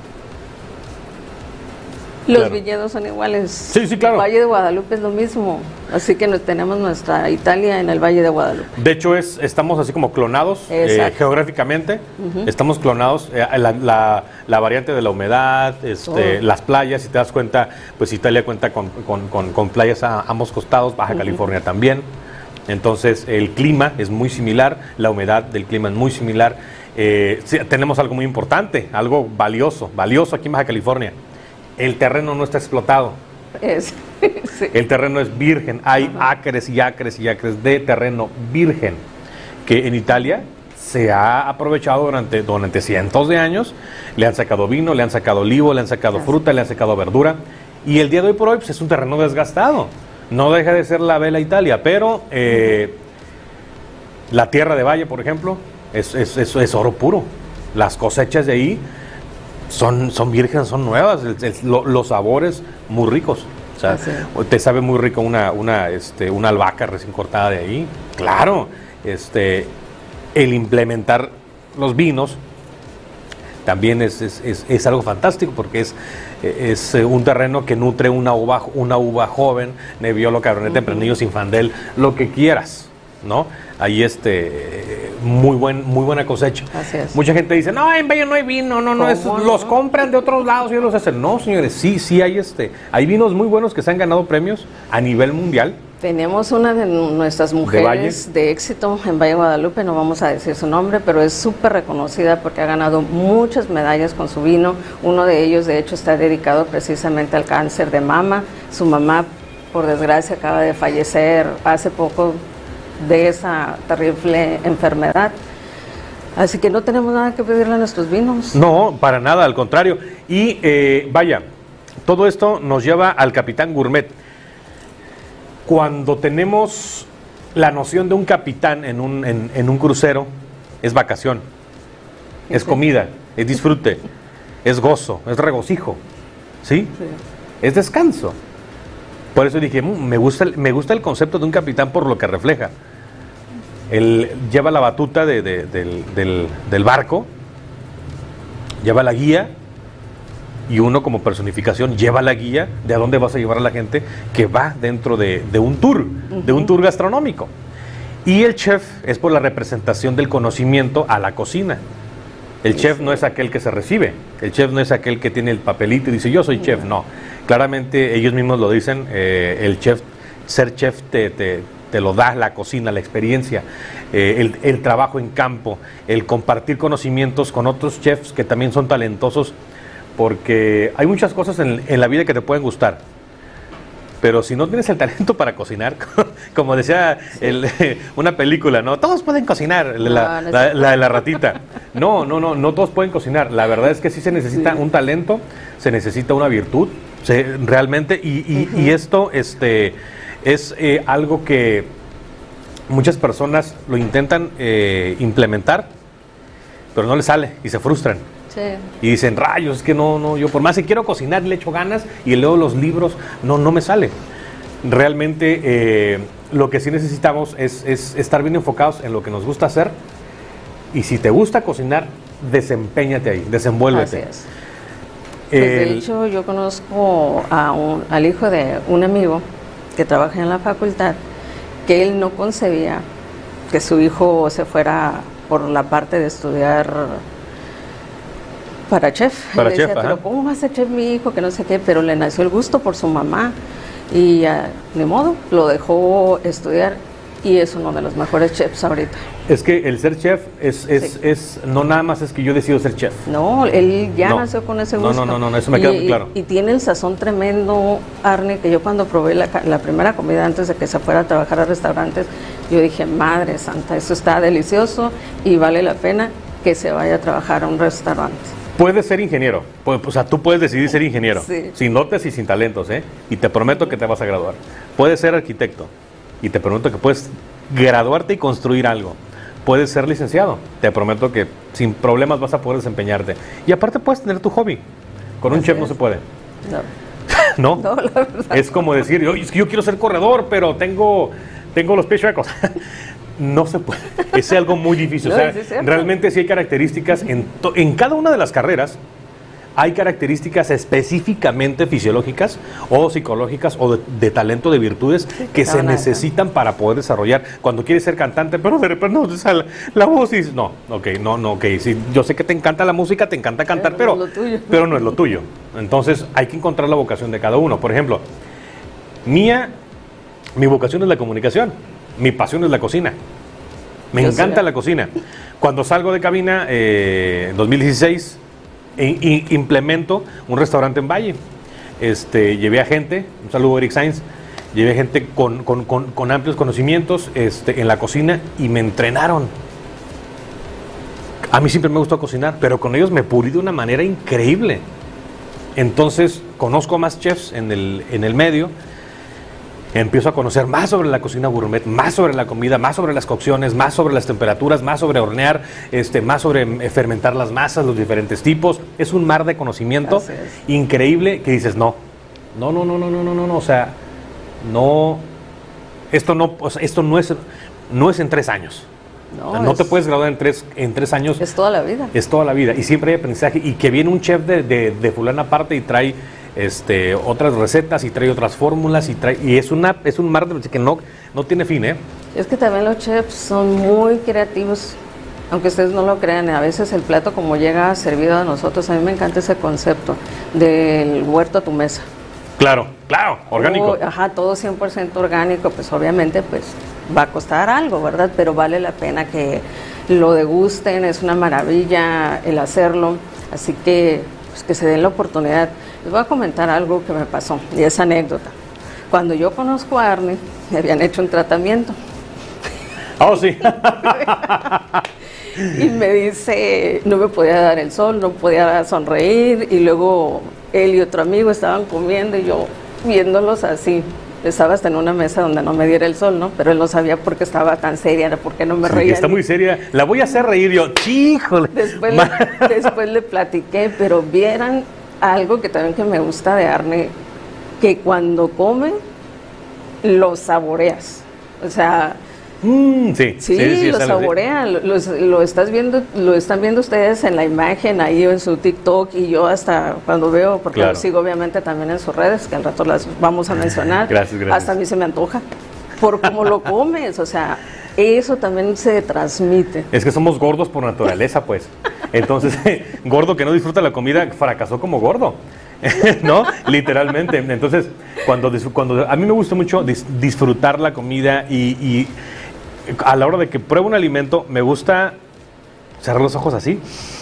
los claro. viñedos son iguales. Sí, sí, claro. El Valle de Guadalupe es lo mismo. Así que nos tenemos nuestra Italia en el Valle de Guadalupe. De hecho, es, estamos así como clonados eh, geográficamente. Uh-huh. Estamos clonados. Eh, la, la, la variante de la humedad, este, oh. las playas, si te das cuenta, pues Italia cuenta con, con, con, con playas a ambos costados, Baja uh-huh. California también. Entonces, el clima es muy similar, la humedad del clima es muy similar. Eh, sí, tenemos algo muy importante, algo valioso, valioso aquí en Baja California. El terreno no está explotado. Es, sí. El terreno es virgen. Hay Ajá. acres y acres y acres de terreno virgen que en Italia se ha aprovechado durante, durante cientos de años. Le han sacado vino, le han sacado olivo, le han sacado Así. fruta, le han sacado verdura. Y el día de hoy por hoy pues, es un terreno desgastado. No deja de ser la bella Italia, pero eh, la tierra de Valle, por ejemplo, es, es, es, es oro puro. Las cosechas de ahí son, son vírgenes, son nuevas, el, el, lo, los sabores muy ricos. O sea, te sabe muy rico una, una, este, una albahaca recién cortada de ahí. Claro, este, el implementar los vinos también es, es, es, es algo fantástico porque es, es un terreno que nutre una uva, una uva joven, Nebbiolo, Cabernet uh-huh. Tempranillo, Zinfandel, lo que quieras, ¿no? Ahí este muy buen muy buena cosecha. Así es. Mucha gente dice, no, en Valle no hay vino, no, no, es, los compran de otros lados y ellos los hacen. No, señores, sí, sí hay este, hay vinos muy buenos que se han ganado premios a nivel mundial. Tenemos una de nuestras mujeres de, de éxito en Valle de Guadalupe, no vamos a decir su nombre, pero es súper reconocida porque ha ganado muchas medallas con su vino. Uno de ellos, de hecho, está dedicado precisamente al cáncer de mama. Su mamá, por desgracia, acaba de fallecer hace poco de esa terrible enfermedad. Así que no tenemos nada que pedirle a nuestros vinos. No, para nada, al contrario. Y eh, vaya, todo esto nos lleva al Capitán Gourmet. Cuando tenemos la noción de un capitán en un, en, en un crucero, es vacación, es sí. comida, es disfrute, es gozo, es regocijo, ¿sí? Sí. Es descanso. Por eso dije, me gusta, me gusta el concepto de un capitán por lo que refleja. Él lleva la batuta de, de, del, del, del barco, lleva la guía, y uno como personificación lleva la guía de a dónde vas a llevar a la gente que va dentro de, de un tour, uh-huh. de un tour gastronómico. Y el chef es por la representación del conocimiento a la cocina. El sí, chef sí. no es aquel que se recibe, el chef no es aquel que tiene el papelito y dice yo soy uh-huh. chef, no. Claramente ellos mismos lo dicen, eh, el chef, ser chef te, te, te lo da la cocina, la experiencia, eh, el, el trabajo en campo, el compartir conocimientos con otros chefs que también son talentosos. Porque hay muchas cosas en, en la vida que te pueden gustar, pero si no tienes el talento para cocinar, como decía el, una película, ¿no? Todos pueden cocinar, no, la, no la, la, la ratita. No, no, no, no todos pueden cocinar. La verdad es que sí se necesita sí. un talento, se necesita una virtud, se, realmente, y, y, uh-huh. y esto este, es eh, algo que muchas personas lo intentan eh, implementar, pero no les sale y se frustran. Sí. Y dicen, rayos, es que no, no, yo por más que quiero cocinar le echo ganas y leo los libros, no, no me sale. Realmente eh, lo que sí necesitamos es, es estar bien enfocados en lo que nos gusta hacer y si te gusta cocinar, desempeñate ahí, desenvuélvete. Así es. Pues de El- hecho, yo conozco a un- al hijo de un amigo que trabaja en la facultad, que él no concebía que su hijo se fuera por la parte de estudiar para chef. Para Él decía, chef, ajá. pero ¿cómo va a ser chef mi hijo? Que no sé qué, pero le nació el gusto por su mamá y ah, ni modo, lo dejó estudiar y es uno de los mejores chefs ahorita. Es que el ser chef es, es, Sí. es no nada más es que yo decido ser chef. No, él ya No. nació con ese No, gusto. no, no, no, no, eso me Y- queda muy claro. Y, y tiene el sazón tremendo, Arne, que yo cuando probé la, ca- la primera comida antes de que se fuera a trabajar a restaurantes, yo dije, madre santa, esto está delicioso y vale la pena que se vaya a trabajar a un restaurante. Puedes ser ingeniero, pu- o sea, tú puedes decidir ser ingeniero, Sí. sin dotes y sin talentos, ¿eh? Y te prometo que te vas a graduar. Puedes ser arquitecto y te prometo que puedes graduarte y construir algo. Puedes ser licenciado, te prometo que sin problemas vas a poder desempeñarte. Y aparte puedes tener tu hobby. Con un Así chef no es. se puede, No, ¿no? no, la verdad. Es como decir, yo, es que yo quiero ser corredor, pero tengo, tengo los pies chuecos. No se puede. Es algo muy difícil. No, o sea, sí es cierto. realmente sí hay características en, to- en cada una de las carreras. Hay características específicamente fisiológicas o psicológicas o de, de talento, de virtudes que se van a- necesitan para poder desarrollar. Cuando quieres ser cantante, pero de repente no, o sea, la, la voz y no, ok, no, no, ok. Sí, yo sé que te encanta la música, te encanta cantar, Pero pero, no es lo tuyo. pero no es lo tuyo. Entonces hay que encontrar la vocación de cada uno. Por ejemplo, mía, mi vocación es la comunicación, mi pasión es la cocina. Me Yo encanta sé. la cocina. Cuando salgo de cabina, eh, en dos mil dieciséis, i- i- implemento un restaurante en Valle. Este, llevé a gente, un saludo a Eric Sainz, llevé gente con, con- con- con amplios conocimientos este, en la cocina y me entrenaron. A mí siempre me gustó cocinar, pero con ellos me pulí de una manera increíble. Entonces, conozco a más chefs en el, en el medio. Empiezo a conocer más sobre la cocina gourmet, más sobre la comida, más sobre las cocciones, más sobre las temperaturas, más sobre hornear, este, más sobre eh, fermentar las masas, los diferentes tipos. Es un mar de conocimiento Así es. increíble que dices, no, no, no, no, no, no, no, no, no, o sea, no, esto no, o sea, esto no es, no es en tres años. No, O sea, no es- te puedes graduar en tres, en tres años. Es toda la vida. Es toda la vida y siempre hay aprendizaje y que viene un chef de, de, de fulana aparte y trae este, otras recetas y trae otras fórmulas y trae y es una es un mar de que no no tiene fin, ¿eh? Es que también los chefs son muy creativos, aunque ustedes no lo crean. A veces el plato como llega servido a nosotros, a mí me encanta ese concepto del huerto a tu mesa. Claro, claro, orgánico. Todo- ajá, todo cien por ciento orgánico, pues obviamente pues va a costar algo, ¿verdad? Pero vale la pena que lo degusten, es una maravilla el hacerlo, así que pues, que se den la oportunidad. Les voy a comentar algo que me pasó, y es anécdota. Cuando yo conozco a Arne, me habían hecho un tratamiento Oh, sí. y me dice, no me podía dar el sol, no podía sonreír, y luego él y otro amigo estaban comiendo y yo viéndolos así. Estaba hasta en una mesa donde no me diera el sol, ¿no? Pero él no sabía por qué estaba tan seria, por qué no me Sí, reía. está muy seria. La voy a hacer reír yo. ¡Chíjole! Después, Ma- le, después le platiqué, pero vieran algo que también que me gusta de Arne, que cuando come, lo saboreas. O sea, Mm, sí, sí, sí, sí, lo está- saborean, lo, lo- lo estás viendo, lo están viendo ustedes en la imagen, ahí en su TikTok, y yo hasta cuando veo, porque Claro. lo sigo obviamente también en sus redes, que al rato las vamos a mencionar. Gracias, gracias. Hasta a mí se me antoja, por cómo lo comes, o sea, eso también se transmite. Es que somos gordos por naturaleza, pues. Entonces, gordo que no disfruta la comida fracasó como gordo. ¿No? Literalmente. Entonces, cuando, dis- cuando a mí me gusta mucho dis- disfrutar la comida y, y a la hora de que pruebo un alimento, me gusta cerrar los ojos así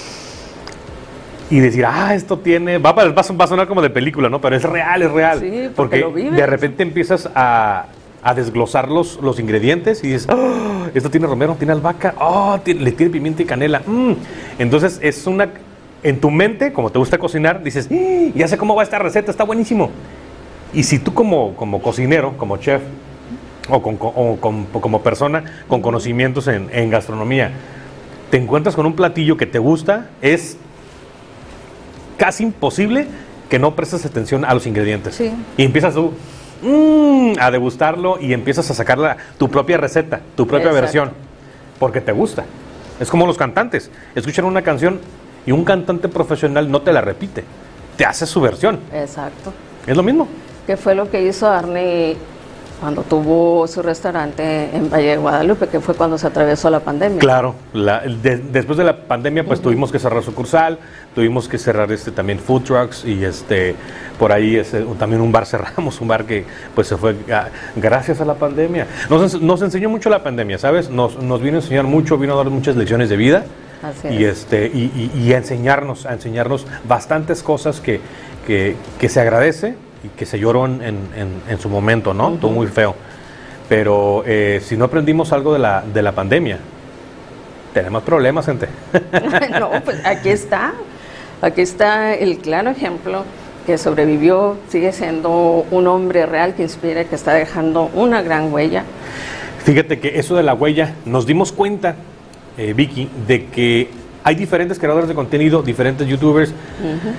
y decir, ah, esto tiene, va, a- va a va a sonar como de película, ¿no? Pero es real, es real. Sí, porque lo vives. de repente empiezas a, a desglosar los, los ingredientes y dices, oh, esto tiene romero, tiene albahaca, oh, tiene- le tiene pimienta y canela. mm". Entonces es una, en tu mente, como te gusta cocinar, dices, "¡Ah! Ya sé cómo va esta receta, está buenísimo". Y si tú como, como cocinero, como chef, o, con- o con- o como persona con conocimientos en, en gastronomía, te encuentras con un platillo que te gusta, es casi imposible que no prestes atención a los ingredientes. Sí. Y empiezas tú mm, a degustarlo y empiezas a sacar la- tu propia receta, tu propia Exacto. versión, porque te gusta. Es como los cantantes. Escuchan una canción y un cantante profesional no te la repite. te hace su versión. Exacto. Es lo mismo. ¿Qué fue lo que hizo Arnie cuando tuvo su restaurante en Valle de Guadalupe, que fue cuando se atravesó la pandemia? Claro, la, de, después de la pandemia pues uh-huh. tuvimos que cerrar sucursal, tuvimos que cerrar este también food trucks y este por ahí este, también un bar cerramos, un bar que pues se fue a, gracias a la pandemia. Nos, nos enseñó mucho la pandemia, ¿sabes? Nos, nos vino a enseñar mucho, vino a dar muchas lecciones de vida. Así y es. este y, y, y a enseñarnos, a enseñarnos bastantes cosas que, que, que se agradece y que se lloró en, en, en su momento, ¿no? Uh-huh. Todo muy feo. Pero eh, si no aprendimos algo de la, de la pandemia, tenemos problemas, gente. No, pues aquí está. Aquí está el claro ejemplo que sobrevivió, sigue siendo un hombre real que inspira, que está dejando una gran huella. Fíjate que eso de la huella, nos dimos cuenta, eh, Vicky, de que hay diferentes creadores de contenido, diferentes youtubers, uh-huh.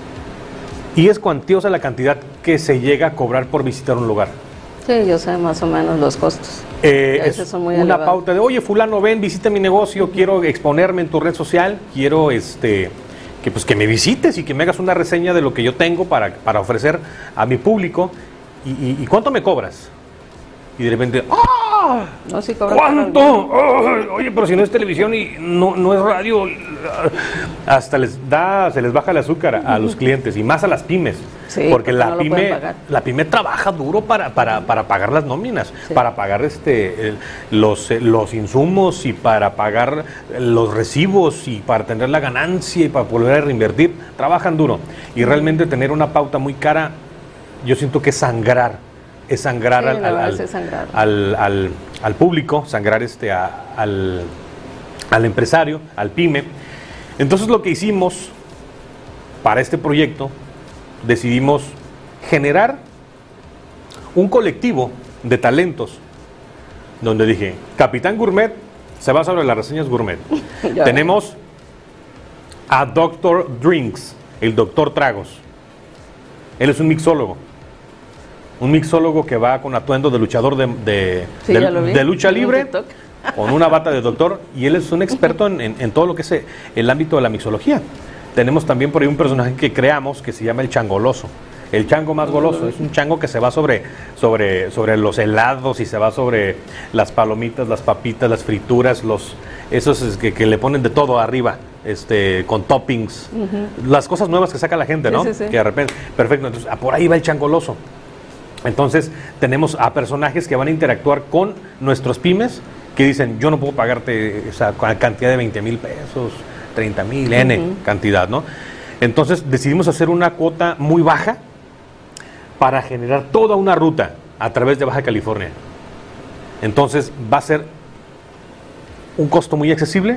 y es cuantiosa la cantidad que se llega a cobrar por visitar un lugar. Sí, yo sé más o menos los costos. Eh, es son muy una elevados. Pauta de, oye, fulano, ven, visita mi negocio, quiero exponerme en tu red social, quiero este que pues que me visites y que me hagas una reseña de lo que yo tengo para, para ofrecer a mi público. ¿Y, y, y cuánto me cobras? Y de repente, ¡ah! No, sí cobran. ¿Cuánto? Oh, oye, pero si no es televisión y no, no es radio, hasta les da, se les baja el azúcar a, a los clientes y más a las pymes. Sí, porque la no pyme, la pyme trabaja duro para, para, para pagar las nóminas, sí. para pagar este el, los, los insumos y para pagar los recibos y para tener la ganancia y para volver a reinvertir. Trabajan duro y realmente tener una pauta muy cara, yo siento que es sangrar. es sangrar, sí, al, al, al, sangrar. Al, al, al público, sangrar este a, al, al empresario, al pyme. Entonces lo que hicimos para este proyecto, decidimos generar un colectivo de talentos, donde dije, Capitán Gourmet se va sobre las reseñas gourmet. Tenemos a doctor Drinks, el doctor Tragos. Él es un mixólogo. Un mixólogo que va con atuendo de luchador de, de, sí, de, de lucha en libre, con una bata de doctor, y él es un experto en, en, en todo lo que es el ámbito de la mixología. Tenemos también por ahí un personaje que creamos que se llama el changoloso, el chango más goloso. Es un chango que se va sobre, sobre, sobre los helados y se va sobre las palomitas, las papitas, las frituras, los esos es que, que le ponen de todo arriba, este, con toppings, uh-huh. las cosas nuevas que saca la gente, ¿no? Sí, sí, sí. Que de repente, perfecto, entonces por ahí va el changoloso. Entonces tenemos a personajes que van a interactuar con nuestros pymes que dicen, yo no puedo pagarte esa cantidad de veinte mil pesos, treinta mil, N uh-huh. cantidad, ¿no? Entonces decidimos hacer una cuota muy baja para generar toda una ruta a través de Baja California. Entonces va a ser un costo muy accesible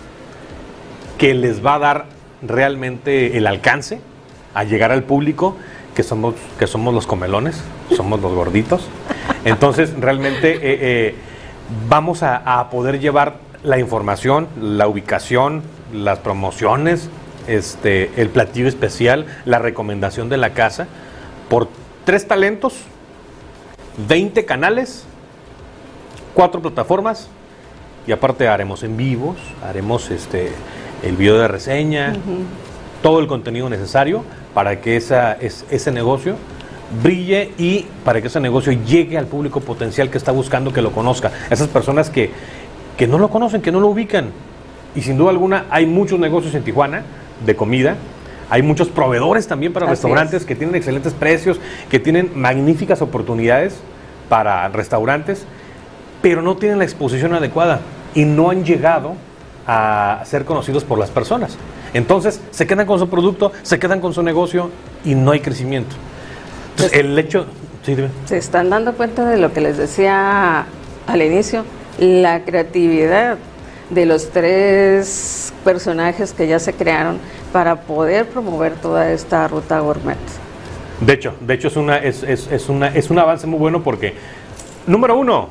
que les va a dar realmente el alcance a llegar al público que somos, que somos los comelones, somos los gorditos. Entonces realmente eh, eh, vamos a, a poder llevar la información, la ubicación, las promociones, este, el platillo especial, la recomendación de la casa, por tres talentos, veinte canales, cuatro plataformas, y aparte haremos en vivos, haremos este, el video de reseña, uh-huh. todo el contenido necesario para que esa, es, ese negocio brille y para que ese negocio llegue al público potencial que está buscando que lo conozca. Esas personas que, que no lo conocen, que no lo ubican. Y sin duda alguna hay muchos negocios en Tijuana de comida. Hay muchos proveedores también para Así restaurantes es. que tienen excelentes precios, que tienen magníficas oportunidades para restaurantes, pero no tienen la exposición adecuada y no han llegado a ser conocidos por las personas. Entonces se quedan con su producto, se quedan con su negocio y no hay crecimiento. Entonces, pues, el hecho... Sí, dime. Se están dando cuenta de lo que les decía al inicio, la creatividad de los tres personajes que ya se crearon para poder promover toda esta ruta gourmet. De hecho, de hecho es una es, es, es una es un avance muy bueno porque número uno,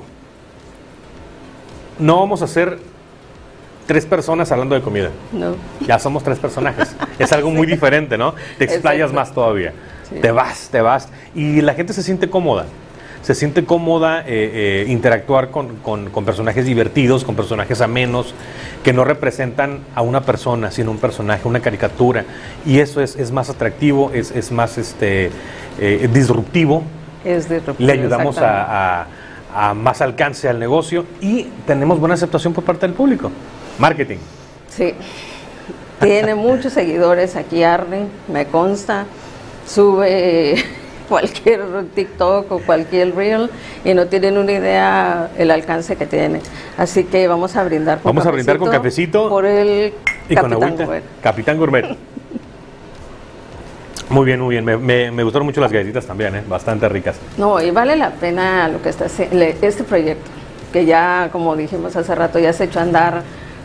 no vamos a ser tres personas hablando de comida. No. Ya somos tres personajes. Es algo muy diferente, ¿no? Te explayas Exacto. más todavía. Sí. Te vas, te vas y la gente se siente cómoda. se siente cómoda eh, eh, interactuar con, con, con personajes divertidos, con personajes amenos, que no representan a una persona, sino un personaje, una caricatura. Y eso es, es más atractivo, es, es más este, eh, disruptivo. Es disruptivo. Le ayudamos a, a, a más alcance al negocio y tenemos buena aceptación por parte del público. Marketing. Sí. Tiene muchos seguidores aquí, Arnie, me consta. Sube cualquier TikTok o cualquier Reel y no tienen una idea el alcance que tiene. Así que vamos a brindar con Vamos a brindar con cafecito por el y Capitán con agüita. Gourmet. Capitán Gourmet. Muy bien, muy bien. Me, me, me gustaron mucho las galletitas también, ¿eh? Bastante ricas. No, y vale la pena lo que está haciendo este proyecto, que ya, como dijimos hace rato, ya se echó a andar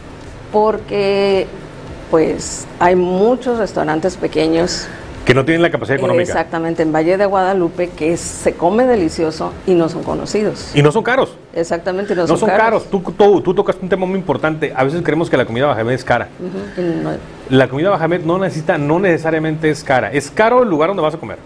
porque pues hay muchos restaurantes pequeños que no tienen la capacidad económica. Exactamente, en Valle de Guadalupe, que es, se come delicioso y no son conocidos. Y no son caros. Exactamente, no, no son, son caros. caros. Tú, tú, tú tocaste un tema muy importante. A veces creemos que la comida Bajamed es cara. Uh-huh. no. La comida Bajamed no necesita, no necesariamente es cara. Es caro el lugar donde vas a comer.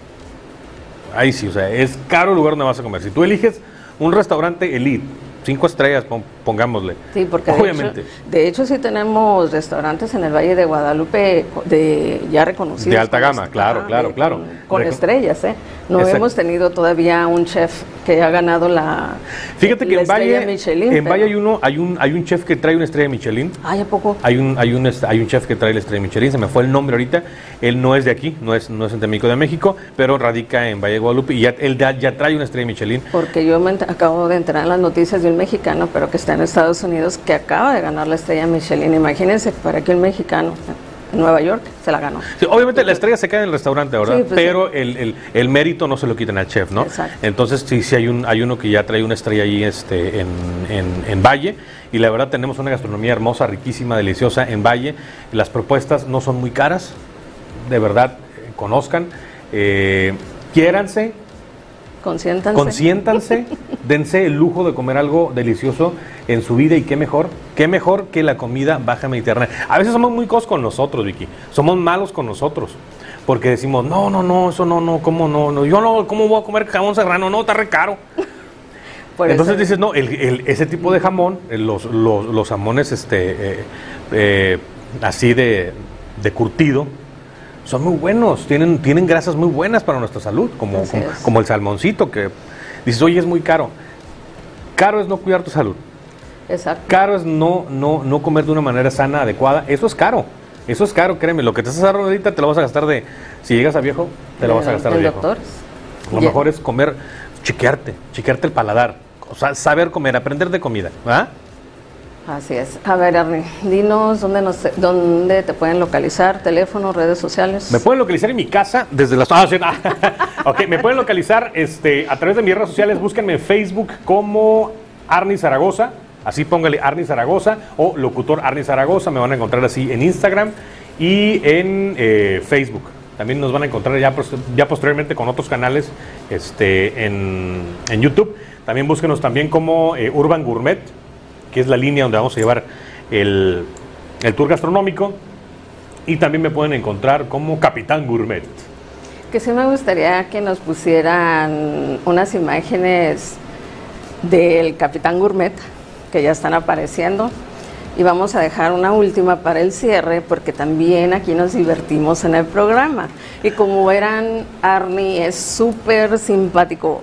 Ahí sí, o sea, es caro el lugar donde vas a comer. Si tú eliges un restaurante elite, cinco estrellas, pongámosle. Sí, porque obviamente. De hecho, de hecho sí tenemos restaurantes en el Valle de Guadalupe de ya reconocidos. De alta gama, este, claro, ah, claro, de, claro. Con, con Reco estrellas, ¿eh? No Exacto. hemos tenido todavía un chef que ha ganado la Fíjate que la en Valle, Michelin, en pero... Valle hay uno, hay un, hay un chef que trae una estrella Michelin. Ay, ¿a poco? Hay un, hay un, hay un chef que trae la estrella Michelin, se me fue el nombre ahorita. Él no es de aquí, no es, no es endémico de México, pero radica en Valle de Guadalupe y ya, él ya, ya trae una estrella Michelin. Porque yo me acabo de enterar en las noticias de un mexicano, pero que está en Estados Unidos, que acaba de ganar la estrella Michelin. Imagínense, para que un mexicano en Nueva York se la ganó. Sí, obviamente la estrella se queda en el restaurante, ¿verdad? Sí, pues pero sí. el, el, el mérito no se lo quitan al chef, ¿no? Exacto. Entonces sí, sí hay un, hay uno que ya trae una estrella ahí este, en, en, en Valle, y la verdad tenemos una gastronomía hermosa, riquísima, deliciosa en Valle. Las propuestas no son muy caras, de verdad, eh, conozcan, eh, quiéranse, Consiéntanse. Consiéntanse, dense el lujo de comer algo delicioso en su vida, y qué mejor, qué mejor que la comida baja mediterránea. A veces somos muy cos con nosotros, Vicky, somos malos con nosotros, porque decimos, no, no, no, eso no, no, ¿cómo no? no yo no, ¿cómo voy a comer jamón serrano? No, está re caro. Por Entonces eso. dices, no, el, el, ese tipo de jamón, los, los, los jamones este, eh, eh, así de, de curtido, son muy buenos, tienen, tienen grasas muy buenas para nuestra salud, como, como, como el salmoncito, que dices, oye, es muy caro. Caro es no cuidar tu salud. Exacto. Caro es no, no, no comer de una manera sana, adecuada. Eso es caro. Eso es caro, créeme. Lo que te estás ahorrando ahorita te lo vas a gastar de... Si llegas a viejo, te lo vas a gastar de, de viejo. Doctores. Lo Yeah. mejor es comer, chequearte, chequearte el paladar. O sea, saber comer, aprender de comida. ¿Ah? Así es. A ver, Arnie, dinos dónde, nos, dónde te pueden localizar, teléfono, redes sociales. Me pueden localizar en mi casa desde las... Ah, sí, ah, ok, me pueden localizar este, a través de mis redes sociales. Búsquenme en Facebook como Arnie Zaragoza. Así póngale Arnie Zaragoza o locutor Arnie Zaragoza. Me van a encontrar así en Instagram y en eh, Facebook. También nos van a encontrar ya, ya posteriormente con otros canales este, en, en YouTube. También búsquenos también como eh, Urban Gourmet, que es la línea donde vamos a llevar el, el tour gastronómico. Y también me pueden encontrar como Capitán Gourmet. Que sí me gustaría que nos pusieran unas imágenes del Capitán Gourmet, que ya están apareciendo. Y vamos a dejar una última para el cierre, porque también aquí nos divertimos en el programa. Y como verán, Arnie es súper simpático.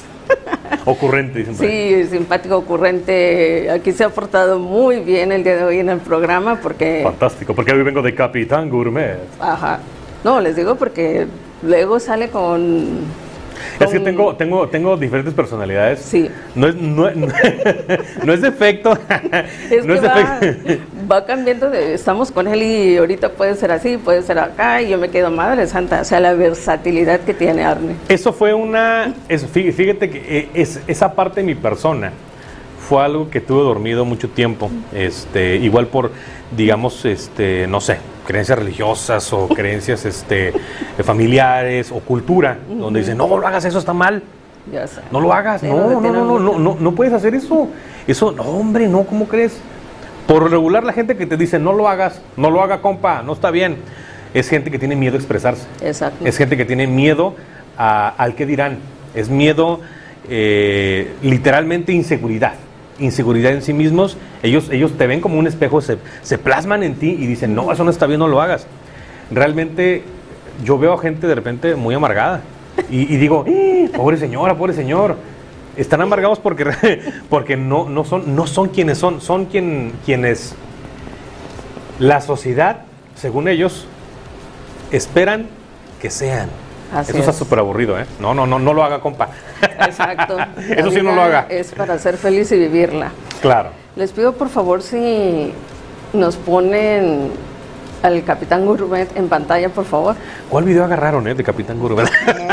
Ocurrente, dicen por ahí. Sí, simpático, ocurrente. Aquí se ha portado muy bien el día de hoy en el programa porque... Fantástico, porque hoy vengo de Capitán Gourmet. Ajá. No, les digo porque luego sale con... Es que tengo, tengo, tengo diferentes personalidades. Sí. No es, no, no, no es defecto. Es no que es va, defecto. va cambiando de... Estamos con él y ahorita puede ser así, puede ser acá, y yo me quedo, madre santa. O sea, la versatilidad que tiene Arnie. Eso fue una... Es, fíjate que es, esa parte de mi persona fue algo que tuve dormido mucho tiempo. Este, igual por, digamos, este, no sé, creencias religiosas o creencias este, familiares o cultura, uh-huh. donde dicen, no, lo hagas, eso está mal. Ya sé. No lo hagas, sí, no, no, no, no, no, no, no puedes hacer eso. Eso, no, hombre, no, ¿cómo crees? Por regular, la gente que te dice, no lo hagas, no lo haga, compa, no está bien, es gente que tiene miedo a expresarse. Exacto. Es gente que tiene miedo a, al que dirán. Es miedo eh, literalmente inseguridad. Inseguridad en sí mismos. Ellos, ellos te ven como un espejo, se, se plasman en ti y dicen, no, eso no está bien, no lo hagas. Realmente yo veo a gente de repente muy amargada y, y digo, ¡eh, pobre señora, pobre señor! Están amargados porque, porque no, no, son, no son quienes son, son quien, quienes la sociedad, según ellos, esperan que sean. Así Eso está es. súper aburrido, ¿eh? No, no, no, no lo haga, compa. Exacto. Eso La sí no vida lo haga. Es para ser feliz y vivirla. Claro. Les pido por favor si nos ponen al Capitán Gourmet en pantalla, por favor. ¿Cuál video agarraron, eh, de Capitán Gourmet?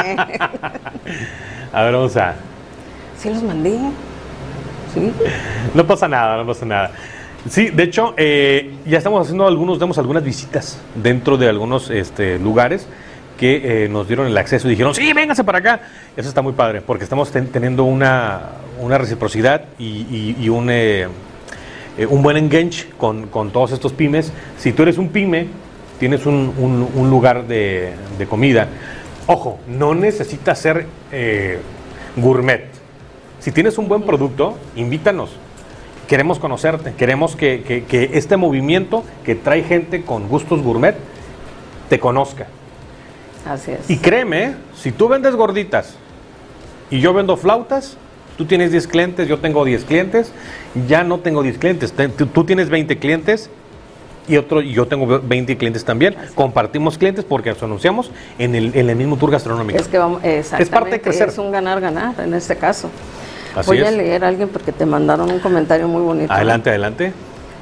A ver, vamos a... Sí los mandé. Sí. No pasa nada, no pasa nada. Sí, de hecho, eh, ya estamos haciendo algunos, damos algunas visitas dentro de algunos este, lugares que eh, nos dieron el acceso y dijeron, sí, véngase para acá. Eso está muy padre, porque estamos ten, teniendo una, una reciprocidad y, y, y un, eh, eh, un buen engage con, con todos estos pymes. Si tú eres un pyme, tienes un, un, un lugar de, de comida. Ojo, no necesitas ser eh, gourmet. Si tienes un buen producto, invítanos. Queremos conocerte, queremos que, que, que este movimiento que trae gente con gustos gourmet te conozca. Así es. Y créeme, si tú vendes gorditas y yo vendo flautas, tú tienes diez clientes, yo tengo diez clientes, ya no tengo diez clientes, te, tú, tú tienes veinte clientes y otro y yo tengo veinte clientes también. Así. Compartimos clientes porque nos anunciamos en el, en el mismo tour gastronómico. Es que vamos, exactamente, es parte de crecer. Es un ganar-ganar en este caso. Así Voy es. a leer a alguien porque te mandaron un comentario muy bonito. Adelante, adelante.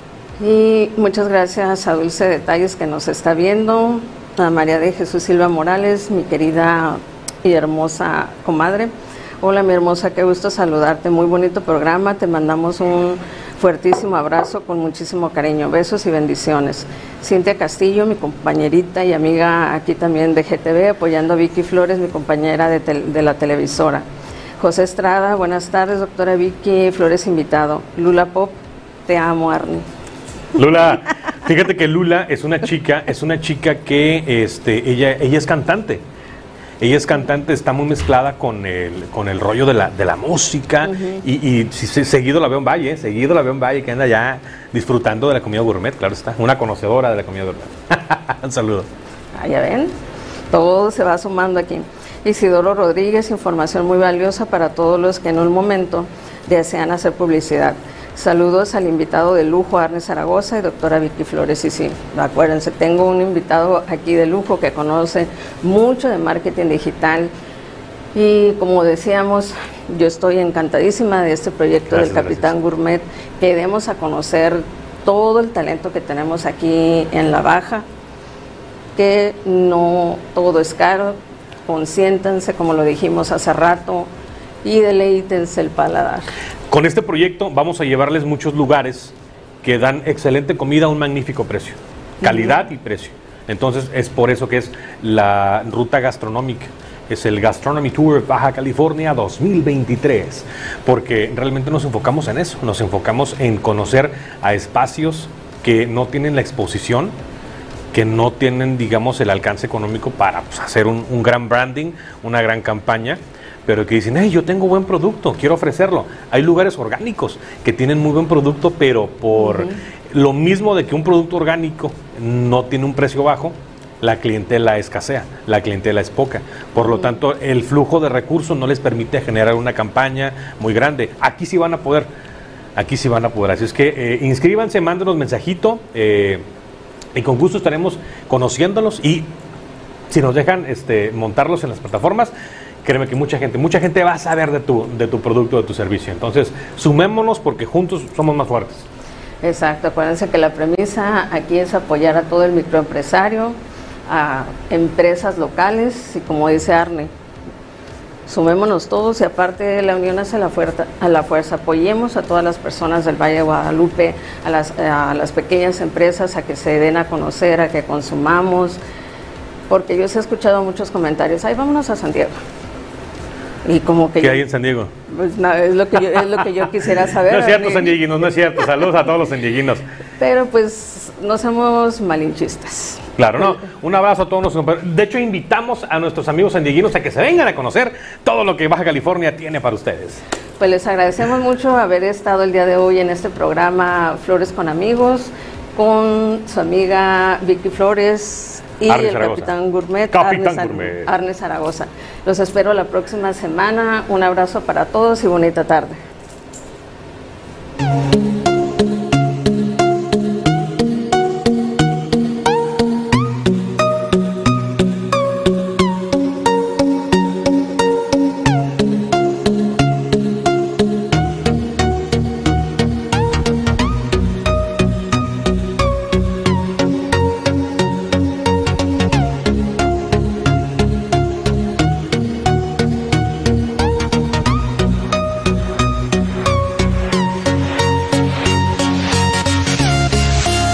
Y muchas gracias a Dulce Detalles que nos está viendo, a María de Jesús Silva Morales, mi querida y hermosa comadre. Hola mi hermosa, qué gusto saludarte, muy bonito programa, te mandamos un fuertísimo abrazo con muchísimo cariño, besos y bendiciones. Cintia Castillo, mi compañerita y amiga aquí también de G T V, apoyando a Vicky Flores, mi compañera de, tel- de la televisora. José Estrada, buenas tardes, doctora Vicky Flores invitado. Lula Pop, te amo, Arnie. Lula, fíjate que Lula es una chica, es una chica que este, ella, ella es cantante. Ella es cantante, está muy mezclada con el, con el rollo de la, de la música. Uh-huh. y, y si, si, seguido la veo en Valle, seguido la veo en Valle, que anda ya disfrutando de la comida gourmet, claro está, una conocedora de la comida gourmet. Un saludo. Ah, ya ven, todo se va sumando aquí. Isidoro Rodríguez, información muy valiosa para todos los que en un momento desean hacer publicidad. Saludos al invitado de lujo, Arne Zaragoza y doctora Vicky Flores. Y sí, acuérdense, tengo un invitado aquí de lujo que conoce mucho de marketing digital. Y como decíamos, yo estoy encantadísima de este proyecto gracias, del Capitán gracias. Gourmet, que demos a conocer todo el talento que tenemos aquí en La Baja, que no todo es caro. Consiéntanse, como lo dijimos hace rato, y deleítense el paladar. Con este proyecto vamos a llevarles muchos lugares que dan excelente comida a un magnífico precio, calidad uh-huh. y precio. Entonces es por eso que es la ruta gastronómica, es el Gastronomy Tour Baja California dos mil veintitrés, porque realmente nos enfocamos en eso, nos enfocamos en conocer a espacios que no tienen la exposición, que no tienen, digamos, el alcance económico para pues, hacer un, un gran branding, una gran campaña, pero que dicen, hey, yo tengo buen producto, quiero ofrecerlo. Hay lugares orgánicos que tienen muy buen producto, pero por uh-huh. lo mismo de que un producto orgánico no tiene un precio bajo, la clientela escasea, la clientela es poca. Por lo uh-huh. tanto, el flujo de recursos no les permite generar una campaña muy grande. Aquí sí van a poder, aquí sí van a poder. Así es que eh, inscríbanse, mándenos mensajito, eh, y con gusto estaremos conociéndolos y si nos dejan este, montarlos en las plataformas, créeme que mucha gente, mucha gente va a saber de tu, de tu producto, de tu servicio. Entonces, sumémonos porque juntos somos más fuertes. Exacto, acuérdense que la premisa aquí es apoyar a todo el microempresario, a empresas locales y como dice Arne, sumémonos todos y aparte la unión hace la fuerza, a la fuerza, apoyemos a todas las personas del Valle de Guadalupe, a las, a las pequeñas empresas a que se den a conocer, a que consumamos, porque yo he escuchado muchos comentarios, ay, vámonos a San Diego. Y como que ¿Qué yo, hay en San Diego? pues, no, es, lo que yo, es lo que yo quisiera saber. No es cierto, Ernie. sandieguinos, no es cierto. Saludos a todos los sandieguinos. Pero pues no somos malinchistas. Claro, no. Un abrazo a todos nuestros compañeros. De hecho, invitamos a nuestros amigos sandieguinos a que se vengan a conocer todo lo que Baja California tiene para ustedes. Pues les agradecemos mucho haber estado el día de hoy en este programa Flores con Amigos, con su amiga Vicky Flores y Arne el Zaragoza. Capitán Gourmet, Capitán Arne, Zar- Gourmet. Arne Zaragoza. Los espero la próxima semana. Un abrazo para todos y bonita tarde.